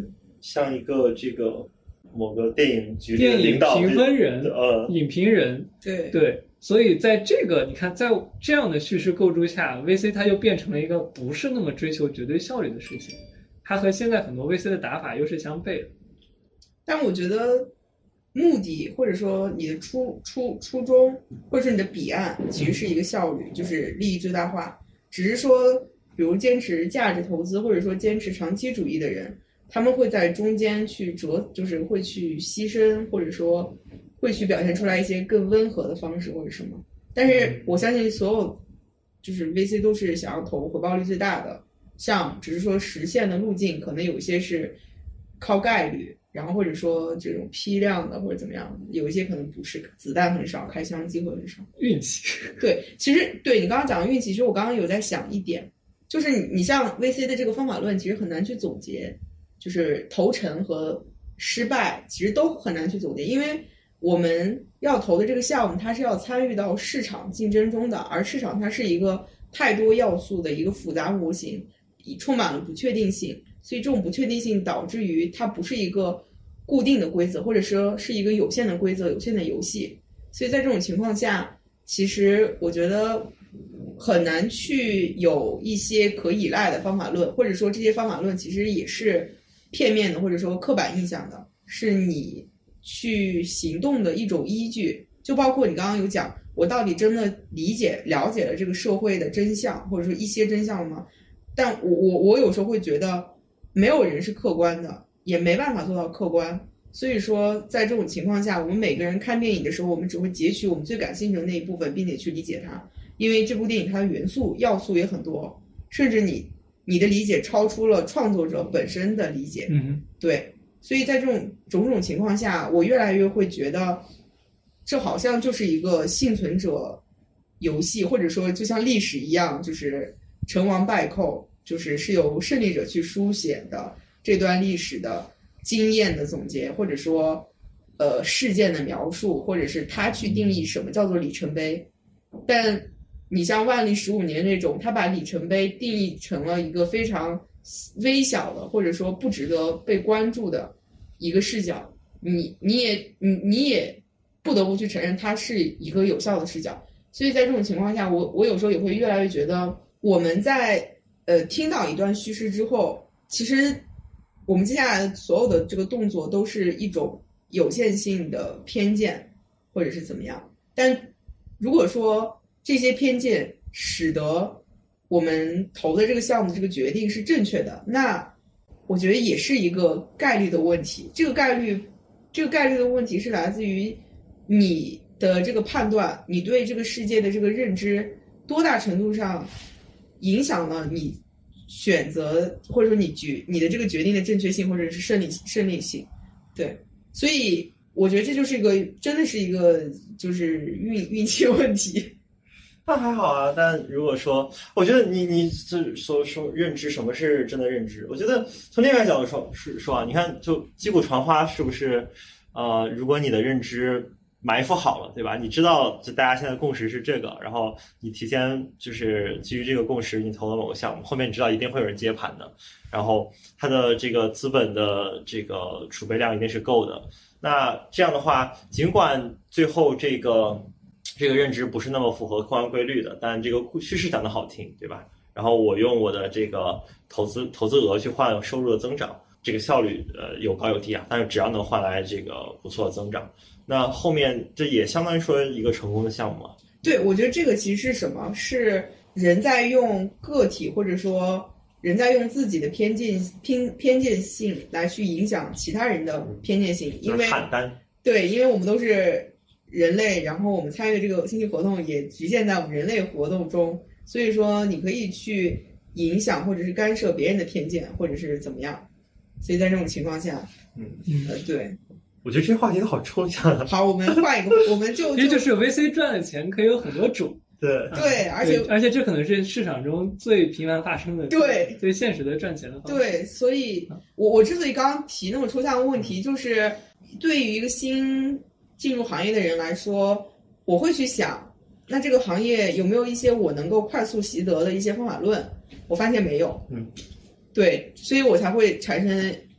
像一个这个某个电影局
电影
领导
评分人、影评人，
对，
所以在这个你看，在这样的叙事构筑下 ，VC 它就变成了一个不是那么追求绝对效率的事情，它和现在很多 VC 的打法又是相悖的。
但我觉得目的或者说你的初衷，或者说你的彼岸，其实是一个效率，就是利益最大化。只是说，比如坚持价值投资，或者说坚持长期主义的人，他们会在中间去就是会去牺牲，或者说会去表现出来一些更温和的方式或者什么。但是我相信所有就是 VC 都是想要投回报率最大的项目，只是说实现的路径可能有些是靠概率，然后或者说这种批量的或者怎么样的，有一些可能不是，子弹很少，开枪机会很少，
运气。
对，其实对你刚刚讲的运气，其实我刚刚有在想一点，就是你像 VC 的这个方法论，其实很难去总结，就是投成和失败其实都很难去总结，因为我们要投的这个项目，它是要参与到市场竞争中的，而市场它是一个太多要素的一个复杂模型，充满了不确定性，所以这种不确定性导致于它不是一个固定的规则，或者说是一个有限的规则、有限的游戏。所以在这种情况下，其实我觉得很难去有一些可依赖的方法论，或者说这些方法论其实也是片面的，或者说刻板印象的，是你去行动的一种依据。就包括你刚刚有讲，我到底真的了解了这个社会的真相，或者说一些真相吗？但我有时候会觉得没有人是客观的，也没办法做到客观。所以说在这种情况下，我们每个人看电影的时候，我们只会截取我们最感兴趣的那一部分，并且去理解它，因为这部电影它的要素也很多，甚至你的理解超出了创作者本身的理解。对，所以在这种种种情况下，我越来越会觉得这好像就是一个幸存者游戏，或者说就像历史一样，就是成王败寇，是由胜利者去书写的这段历史的经验的总结，或者说事件的描述，或者是他去定义什么叫做里程碑。但你像万历15年这种，他把里程碑定义成了一个非常微小的，或者说不值得被关注的一个视角，你也不得不去承认它是一个有效的视角。所以在这种情况下，我有时候也会越来越觉得，我们在听到一段叙事之后，其实我们接下来所有的这个动作都是一种有限性的偏见，或者是怎么样。但如果说这些偏见使得我们投的这个项目的这个决定是正确的，那我觉得也是一个概率的问题。这个概率的问题是来自于你的这个判断，你对这个世界的这个认知多大程度上影响了你选择，或者说你的这个决定的正确性，或者是胜利性。对，所以我觉得这就是真的是一个就是运气问题。
那还好啊，但如果说，我觉得你说认知，什么是真的认知？我觉得从另外一个角度说啊，你看就击鼓传花是不是？如果你的认知埋伏好了，对吧？你知道就大家现在共识是这个，然后你提前就是基于这个共识，你投了某个项目，后面你知道一定会有人接盘的，然后它的这个资本的这个储备量一定是够的。那这样的话，尽管最后这个认知不是那么符合客观规律的，但这个叙事讲得好听，对吧？然后我用我的这个投资额去换收入的增长，这个效率有高有低啊，但是只要能换来这个不错的增长，那后面这也相当于说一个成功的项目啊。
对，我觉得这个其实是什么？是人在用个体，或者说人在用自己的偏见性来去影响其他人的偏见性，因为
喊单。对，
因为我们都是人类，然后我们参与的这个经济活动也局限在我们人类活动中，所以说你可以去影响或者是干涉别人的偏见，或者是怎么样。所以在这种情况下，对，
我觉得这话题都好抽象啊。
好，我们换一个，我们就
其实就是 VC 赚的钱可以有很多种。
对，
而且这可能是市场中最频繁发生的，
对，
最现实的赚钱的方式。
对，所以我之所以刚刚提那么抽象的问题，就是对于一个新进入行业的人来说，我会去想，那这个行业有没有一些我能够快速习得的一些方法论？我发现没有。对，所以我才会产生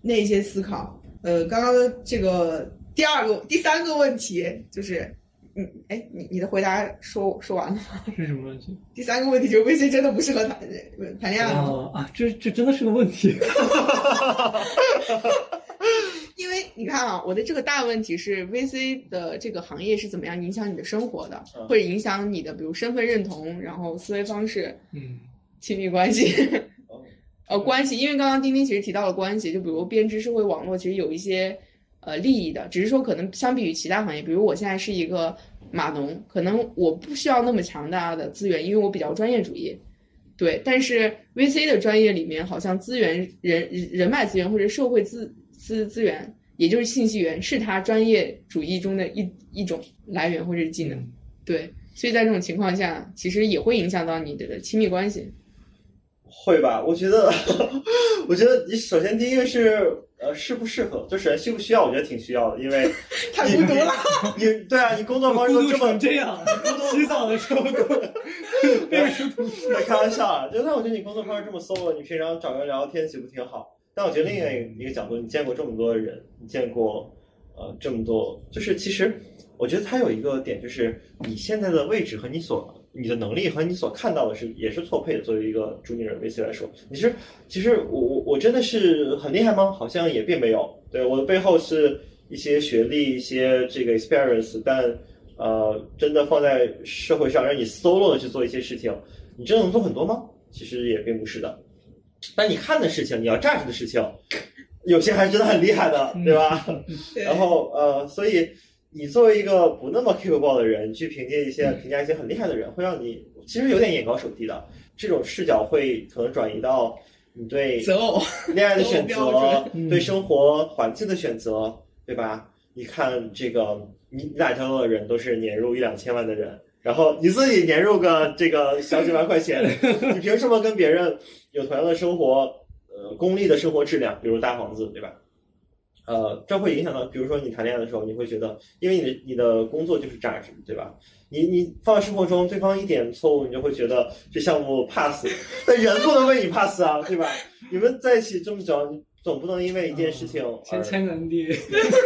那些思考。刚刚的这个第三个问题就是，你的回答说完了吗？
是什么问题？
第三个问题就是 VC 真的不适合谈恋爱吗？
这真的是个问题。
因为你看啊，我的这个大问题是 VC 的这个行业是怎么样影响你的生活的，或者影响你的比如身份认同，然后思维方式，亲密关系。关系，因为刚刚丁丁其实提到了关系，就比如编织社会网络其实有一些利益的，只是说可能相比于其他行业，比如我现在是一个码农，可能我不需要那么强大的资源，因为我比较专业主义，对。但是 VC 的专业里面好像资源人脉资源或者社会资源，也就是信息源，是他专业主义中的一种来源或者是技能，对。所以在这种情况下，其实也会影响到你的亲密关系。
会吧？我觉得你首先第一个是适不适合，就首先需不需要，我觉得挺需要的，因为
太孤独了。
对啊，你工作方式都这么
这样，洗澡的时候那是同事。
开玩笑啊，但我觉得你工作方式这么 solo， 你平常找人聊天岂不挺好？但我觉得另外一个角度，你见过这么多人，你见过这么多，就是其实我觉得它有一个点，就是你现在的位置和你的能力和你所看到的也是错配的。作为一个主理人 VC 来说，其实我真的是很厉害吗？好像也并没有。对，我的背后是一些学历，一些这个 experience， 但真的放在社会上让你 solo 的去做一些事情，你真的能做很多吗？其实也并不是的。但你看的事情，你要judge的事情，有些还真的很厉害的，对吧？然后所以你作为一个不那么 capable 的人去评价一些很厉害的人，会让你其实有点眼高手低的。这种视角会可能转移到你对恋爱的选择，对生活环境的选择，对吧？你看这个，你打交道的人都是年入1-2千万的人，然后你自己年入个这个小几万块钱，你凭什么跟别人有同样的生活，功利的生活质量，比如大房子，对吧？这会影响到，比如说你谈恋爱的时候，你会觉得，因为你的工作就是价值，对吧？你放在生活中，对方一点错误，你就会觉得这项目 pass， 但人不能为你 pass 啊，对吧？你们在一起这么久，你总不能因为一件事情
先签个 NDA。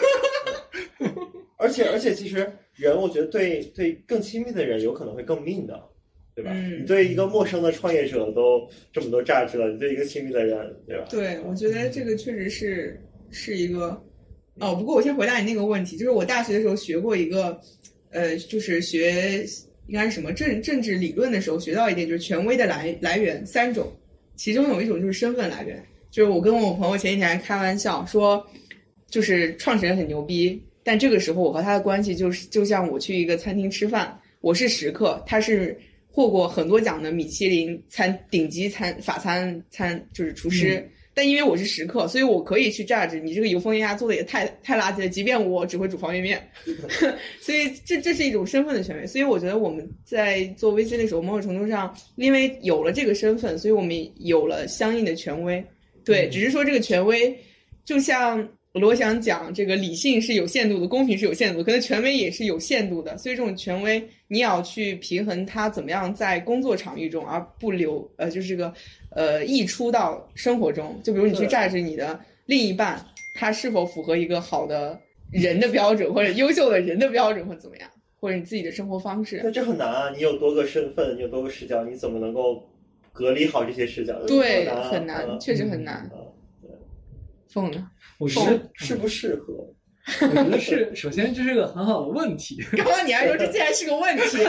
而且，其实人，我觉得对更亲密的人，有可能会更命的，对吧？你对一个陌生的创业者都这么多价值了，你对一个亲密的人，对吧？
对，我觉得这个确实是一个不过我先回答你那个问题，就是我大学的时候学过一个就是学应该是什么政治理论的时候学到一点，就是权威的来源3种，其中有一种就是身份来源。就是我跟我朋友前几天还开玩笑说，就是创始人很牛逼，但这个时候我和他的关系就像我去一个餐厅吃饭，我是食客，他是获过很多奖的米其林顶级法餐就是厨师。但因为我是食客，所以我可以去judge你这个油封鸭做的也太垃圾了，即便我只会煮方便面。所以这是一种身份的权威。所以我觉得我们在做 VC 的时候，某种程度上因为有了这个身份，所以我们有了相应的权威。对，只是说这个权威就像罗翔讲，这个理性是有限度的，公平是有限度的，可能权威也是有限度的。所以这种权威你要去平衡它怎么样在工作场域中而不就是这个溢出到生活中。就比如你去judge你的另一半，他是否符合一个好的人的标准，或者优秀的人的标准，或者怎么样，或者你自己的生活方式。
那这很难啊！你有多个身份，你有多个视角，你怎么能够隔离好这些视角？
对，很难，确实很难。疯了，
我觉得
适不适合？
我觉得是，首先这是个很好的问题。
刚刚你还说这竟然是个问题，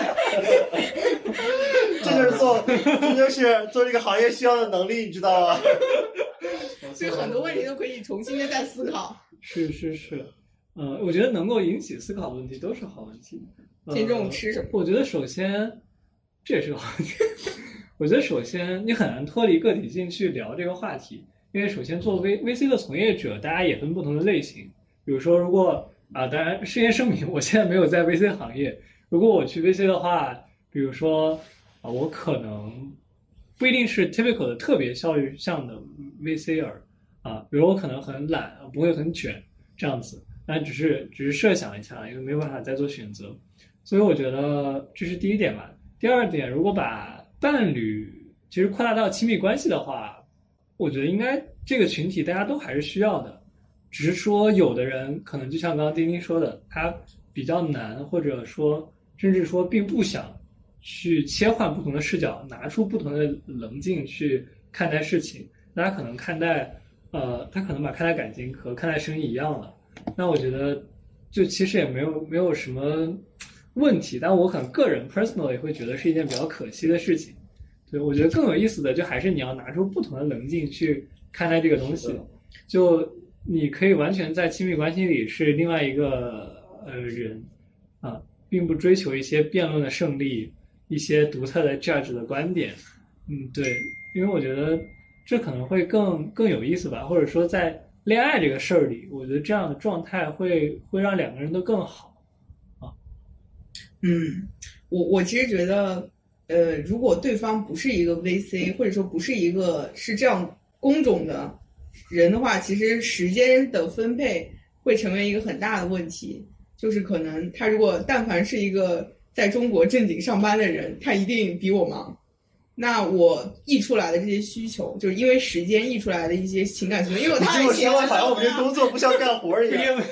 这就是做这个行业需要的能力，你知道吗？
所以很多问题都可以重新的再思考。
是，我觉得能够引起思考的问题都是好问题。
今天中午吃什么？
我觉得首先这也是个好问题。我觉得首先你很难脱离个体性去聊这个话题。因为首先做 VC 的从业者，大家也分不同的类型。比如说，如果当然事先声明，我现在没有在 VC 行业。如果我去 VC 的话，比如说我可能不一定是 typical 的特别效率向的 VCer 比如我可能很懒，不会很卷这样子。但只是设想一下，因为没有办法再做选择。所以我觉得这是第一点吧。第二点，如果把伴侣其实扩大到亲密关系的话。 我觉得应该这个群体大家都还是需要的，只是说有的人可能就像刚刚丁丁说的，他比较难，或者说甚至说并不想去切换不同的视角，拿出不同的棱镜去看待事情。大家可能看待他可能把看待感情和看待生意一样了。那我觉得就其实也没有什么问题，但我可能个人 personal 也会觉得是一件比较可惜的事情。对，我觉得更有意思的就还是你要拿出不同的棱镜去看待这个东西。就你可以完全在亲密关系里是另外一个人啊，并不追求一些辩论的胜利，一些独特的 judge 的观点。对，因为我觉得这可能会更有意思吧，或者说在恋爱这个事儿里，我觉得这样的状态会让两个人都更好啊。
我其实觉得，如果对方不是一个 VC， 或者说不是一个是这样工种的人的话，其实时间的分配会成为一个很大的问题。就是可能他如果但凡是一个在中国正经上班的人，他一定比我忙。那我溢出来的这些需求，就是因为时间溢出来的一些情感需求，因为我太闲了，
好像我们这工作不像干活一样。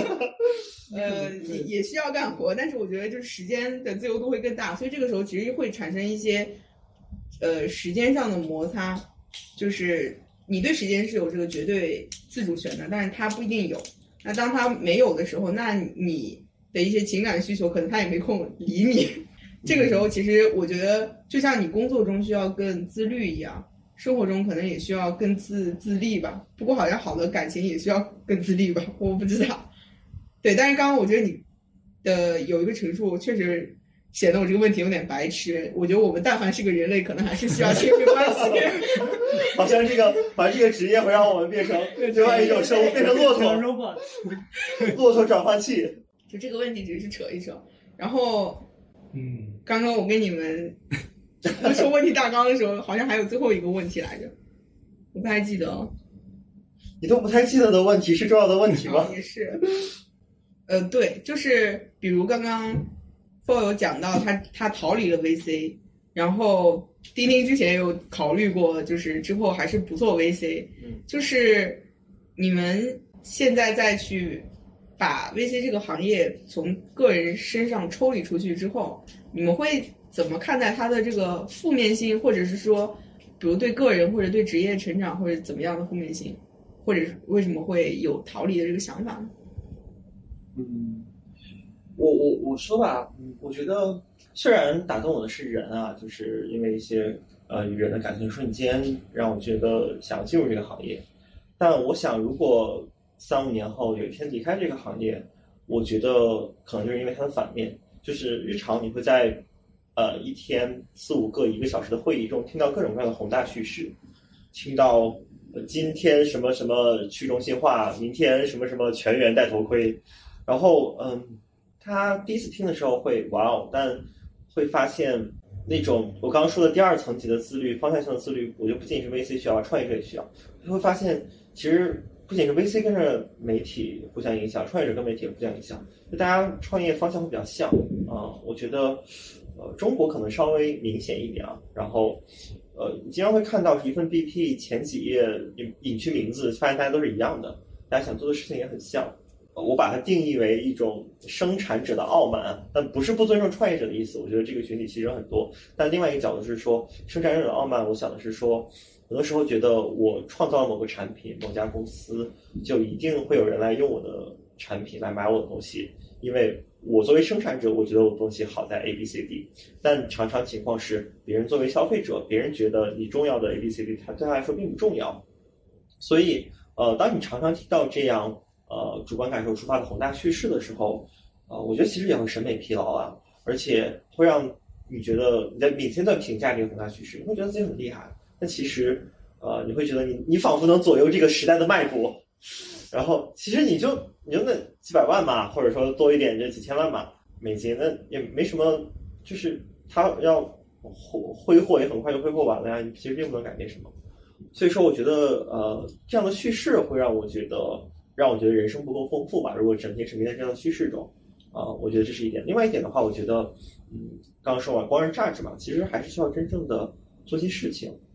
也需要干活，但是我觉得就是时间的自由度会更大，所以这个时候其实会产生一些时间上的摩擦，就是你对时间是有这个绝对自主权的，但是他不一定有。那当他没有的时候，那你的一些情感需求可能他也没空理你。这个时候其实我觉得就像你工作中需要更自律一样，生活中可能也需要更自立吧。不过好像好的感情也需要更自律吧，我不知道。对，但是刚刚我觉得你的有一个陈述确实显得我这个问题有点白痴。我觉得我们但凡是个人类，可能还是需要亲密关系。
好像这个职业会让我们变成另外一种生物，变成骆驼骆驼转换器。
就这个问题只是扯一扯，然后刚刚我跟你们说问题大纲的时候，好像还有最后一个问题来着，我不太记得了。
你都不太记得的问题是重要的问题吗？
也是。对，就是比如刚刚 Paul 有讲到他逃离了 VC， 然后丁丁之前有考虑过，就是之后还是不做 VC。就是你们现在再去把 VC 这个行业从个人身上抽离出去之后，你们会怎么看待它的这个负面性，或者是说比如对个人或者对职业成长或者怎么样的负面性，或者为什么会有逃离的这个想法呢？
我说吧，我觉得虽然打动我的是人啊，就是因为一些与人的感情瞬间让我觉得想要进入这个行业，但我想如果3-5年后有一天离开这个行业，我觉得可能就是因为它的反面，就是日常你会在一天4-5个1个小时的会议中听到各种各样的宏大叙事，听到今天什么什么去中心化，明天什么什么全员戴头盔，然后他第一次听的时候会哇哦，但会发现那种我刚刚说的第二层级的自律、方向性的自律，我觉得不仅是 VC 需要，创业者也需要。你会发现其实不仅是 VC 跟着媒体互相影响，创业者跟媒体也互相影响，就大家创业方向会比较像我觉得中国可能稍微明显一点啊，然后你经常会看到是一份 BP 前几页隐去名字，发现大家都是一样的，大家想做的事情也很像。我把它定义为一种生产者的傲慢，但不是不尊重创业者的意思。我觉得这个群体其实很多，但另外一个角度是说，生产者的傲慢，我想的是说，很多时候觉得我创造了某个产品、某家公司，就一定会有人来用我的产品来买我的东西，因为我作为生产者，我觉得我的东西好在 ABCD， 但常常情况是，别人作为消费者，别人觉得你重要的 ABCD， 它对他来说并不重要。所以，当你常常听到这样主观感受出发的宏大叙事的时候，我觉得其实也会审美疲劳啊，而且会让你觉得你在每天在评价这个宏大叙事，你会觉得自己很厉害，但其实你会觉得你仿佛能左右这个时代的脉搏，然后其实你就那几百万嘛，或者说多一点这几千万嘛美金，那也没什么，就是他要挥霍也很快就挥霍完了呀，其实并不能改变什么。所以说我觉得这样的叙事会让我觉得人生不够丰富吧，如果整天沉迷在这样的叙事中我觉得这是一点。另外一点的话，我觉得刚刚说完光是榨汁嘛，其实还是需要真正的做些事情。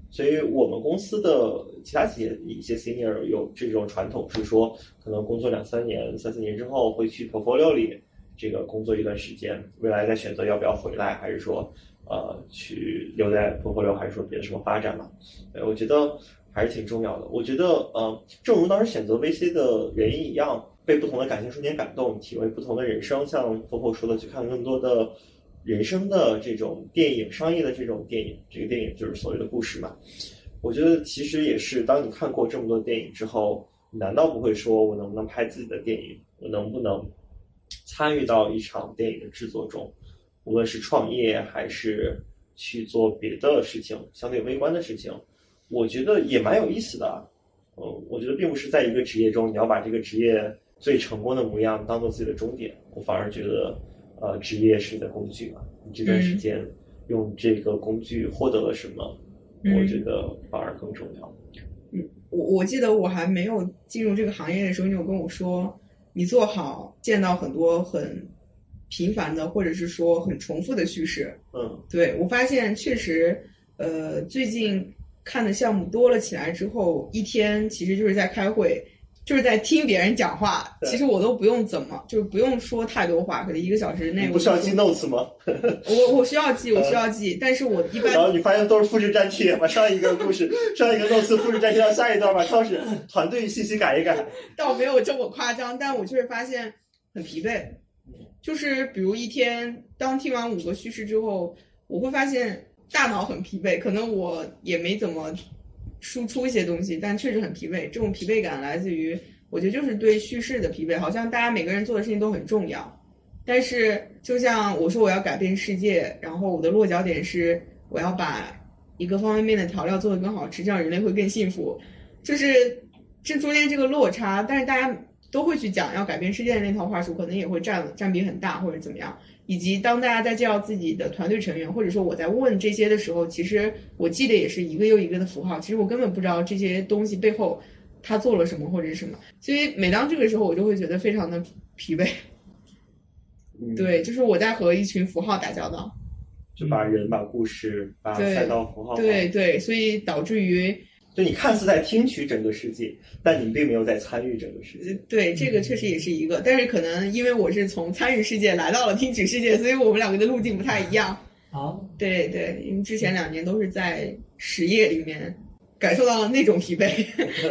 所以我们公司的其他企业一些 senior 有这种传统，是说可能工作2-3年、3-4年之后会去 portfolio 里这个工作一段时间，未来再选择要不要回来，还是说去留在 portfolio， 还是说别的什么发展嘛？我觉得还是挺重要的。我觉得正如当时选择 VC 的原因一样，被不同的感情瞬间感动，体会不同的人生。像 Popo 说的，去看更多的人生的这种电影，商业的这种电影，这个电影就是所谓的故事嘛。我觉得其实也是，当你看过这么多电影之后，你难道不会说我能不能拍自己的电影？我能不能参与到一场电影的制作中？无论是创业还是去做别的事情，相对微观的事情，我觉得也蛮有意思的。我觉得并不是在一个职业中，你要把这个职业最成功的模样当做自己的终点。我反而觉得，职业是你的工具嘛。你这段时间用这个工具获得了什么，我觉得反而更重要。
我记得我还没有进入这个行业的时候，你有跟我说，你做好见到很多很频繁的，或者是说很重复的叙事。对，我发现确实，最近看的项目多了起来之后，一天其实就是在开会，就是在听别人讲话。其实我都不用就是不用说太多话，可能1个小时内。
你不需要记 notes 吗？
我需要记，但是我一般。
然后你发现都是复制粘贴，把上一个故事、上一个 notes 复制粘贴到下一段，把当时团队信息改一改。
倒没有这么夸张，但我确实发现很疲惫。就是比如一天，当听完5个叙事之后，我会发现大脑很疲惫，可能我也没怎么输出一些东西，但确实很疲惫。这种疲惫感来自于，我觉得就是对叙事的疲惫，好像大家每个人做的事情都很重要，但是就像我说我要改变世界，然后我的落脚点是我要把一个方便面的调料做得更好吃，这样人类会更幸福，就是这中间这个落差，但是大家都会去讲要改变世界的那套话术，可能也会占比很大或者怎么样。以及当大家在介绍自己的团队成员，或者说我在问这些的时候，其实我记得也是一个又一个的符号，其实我根本不知道这些东西背后他做了什么或者是什么，所以每当这个时候我就会觉得非常的疲惫。对，就是我在和一群符号打交道，
就把人、把故事、把赛道符号，
对，所以导致于
就你看似在听取整个世界，但你并没有在参与整个世界。
对，这个确实也是一个，但是可能因为我是从参与世界来到了听取世界，所以我们两个的路径不太一样。对，因为之前2年都是在实业里面感受到了那种疲惫。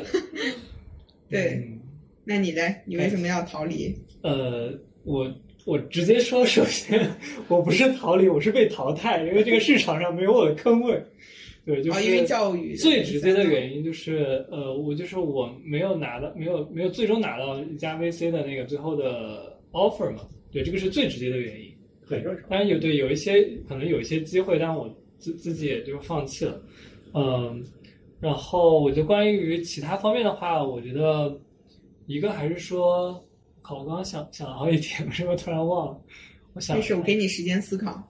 对，那你呢？你为什么要逃离？
我直接说，首先我不是逃离，我是被淘汰，因为这个市场上没有我的坑位。对，就是
因为教育
最直接的原因就是，我没有最终拿到一家 VC 的那个最后的 offer 嘛。对，这个是最直接的原因。
很正常。
当然有一些可能有一些机会，但我自己也就放弃了。然后我就关于其他方面的话，我觉得一个还是说，我刚刚想了好几天，为什么突然忘了？
没事，我给你时间思考。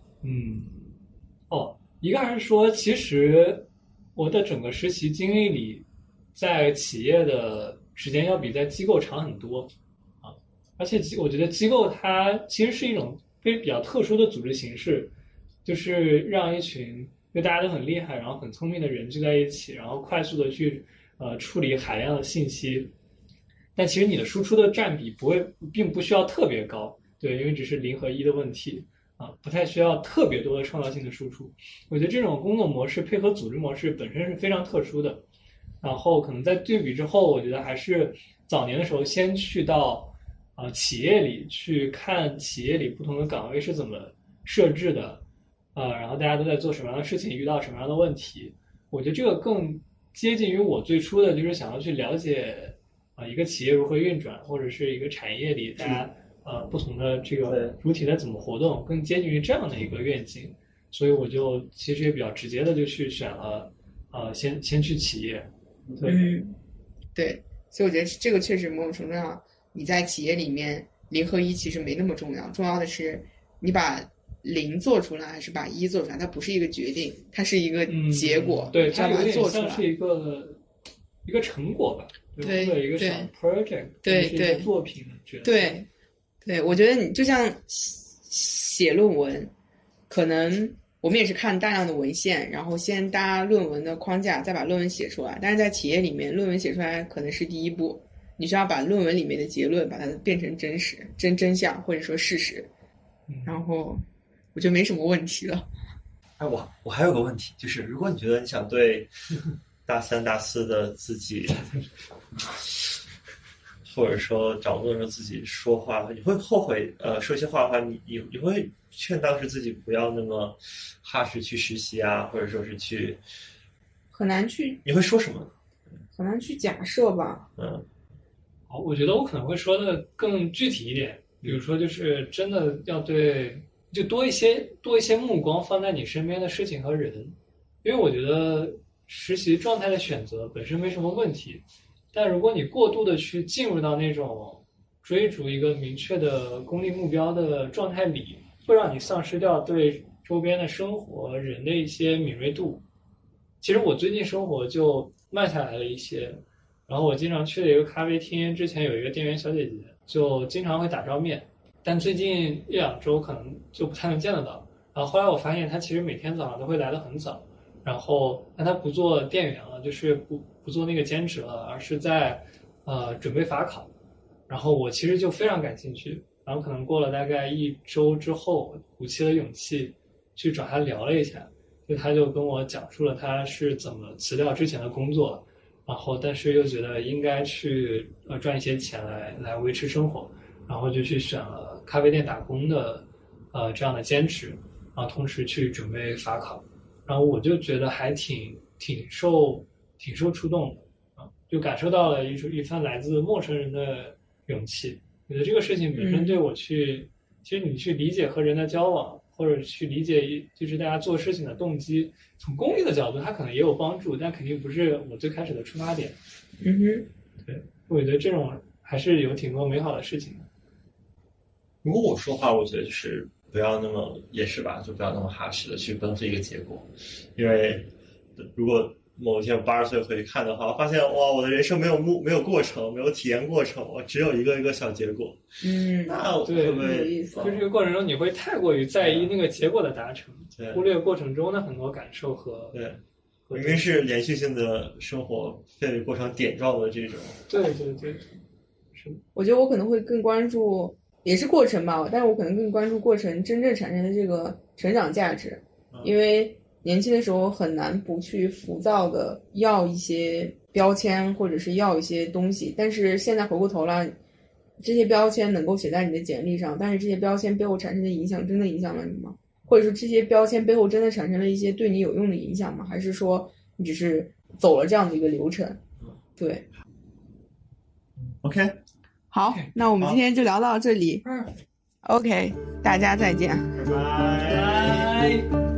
一个还是说，其实我的整个实习经历里，在企业的时间要比在机构长很多啊。而且我觉得机构它其实是一种比较特殊的组织形式，就是让一群因为大家都很厉害，然后很聪明的人聚在一起，然后快速的去处理海量的信息。但其实你的输出的占比并不需要特别高，对，因为只是0和1的问题。不太需要特别多的创造性的输出。我觉得这种工作模式配合组织模式本身是非常特殊的。然后可能在对比之后，我觉得还是早年的时候先去到企业里去看企业里不同的岗位是怎么设置的，然后大家都在做什么样的事情，遇到什么样的问题。我觉得这个更接近于我最初的就是想要去了解一个企业如何运转，或者是一个产业里大家不同的这个主体在怎么活动，更接近于这样的一个愿景，所以我就其实也比较直接的就去选了，先去企业。
对，所以我觉得这个确实某种程度上，你在企业里面0和1其实没那么重要，重要的是你把0做出来还是把1做出来，它不是一个决定，它是一个结果。
对，
它有点
像是一个成果吧，对，或者一个小 project，
对，
是一个作品的角色。
对，我觉得你就像写论文，可能我们也是看大量的文献，然后先搭论文的框架，再把论文写出来。但是在企业里面，论文写出来可能是第一步，你需要把论文里面的结论把它变成真相或者说事实。然后我觉得没什么问题了。
哎，我还有个问题，就是如果你觉得你想对大3、大4的自己，或者说掌握的时候自己说话，你会后悔说一些话的话，你会劝当时自己不要那么踏实去实习啊，或者说是去
很难去，
你会说什么？
很难去假设吧。
好，我觉得我可能会说的更具体一点，比如说就是真的要就多一些目光放在你身边的事情和人，因为我觉得实习状态的选择本身没什么问题，但如果你过度的去进入到那种追逐一个明确的功利目标的状态里，会让你丧失掉对周边的生活人的一些敏锐度。其实我最近生活就慢下来了一些，然后我经常去的一个咖啡厅，之前有一个店员小姐姐，就经常会打照面，但最近1-2周可能就不太能见得到。然后后来我发现她其实每天早上都会来得很早，然后但她不做店员了，就是不做那个兼职了，而是在准备法考。然后我其实就非常感兴趣，然后可能过了大概1周之后，鼓起了勇气去找她聊了一下，就她就跟我讲述了她是怎么辞掉之前的工作，然后但是又觉得应该去赚一些钱来维持生活，然后就去选了咖啡店打工的这样的兼职，然后同时去准备法考。然后我就觉得还挺受触动的啊，就感受到了一番来自陌生人的勇气。我觉得这个事情本身对我其实你去理解和人的交往，或者去理解就是大家做事情的动机，从功利的角度它可能也有帮助，但肯定不是我最开始的出发点。对，我觉得这种还是有挺多美好的事情的。
如果我说话，我觉得就是不要那么也是吧，就不要那么哈实的去奔赴一个结果，因为如果某一天我80岁回去看的话，我发现哇，我的人生没有过程，没有体验过程，我只有一个小结果。那会不会
有意思？
就这个过程中，你会太过于在意那个结果的达成，忽略过程中的很多感受和
明明是连续性的生活，被过成点状的这种。
对，是。
我觉得我可能会更关注，也是过程吧，但是我可能更关注过程真正产生的这个成长价值，因为年轻的时候很难不去浮躁的要一些标签或者是要一些东西，但是现在回过头来，这些标签能够写在你的简历上，但是这些标签背后产生的影响真的影响了你吗？或者说这些标签背后真的产生了一些对你有用的影响吗？还是说你只是走了这样的一个流程？对
OK，
好，那我们今天就聊到这里。OK， 大家再见，
拜拜。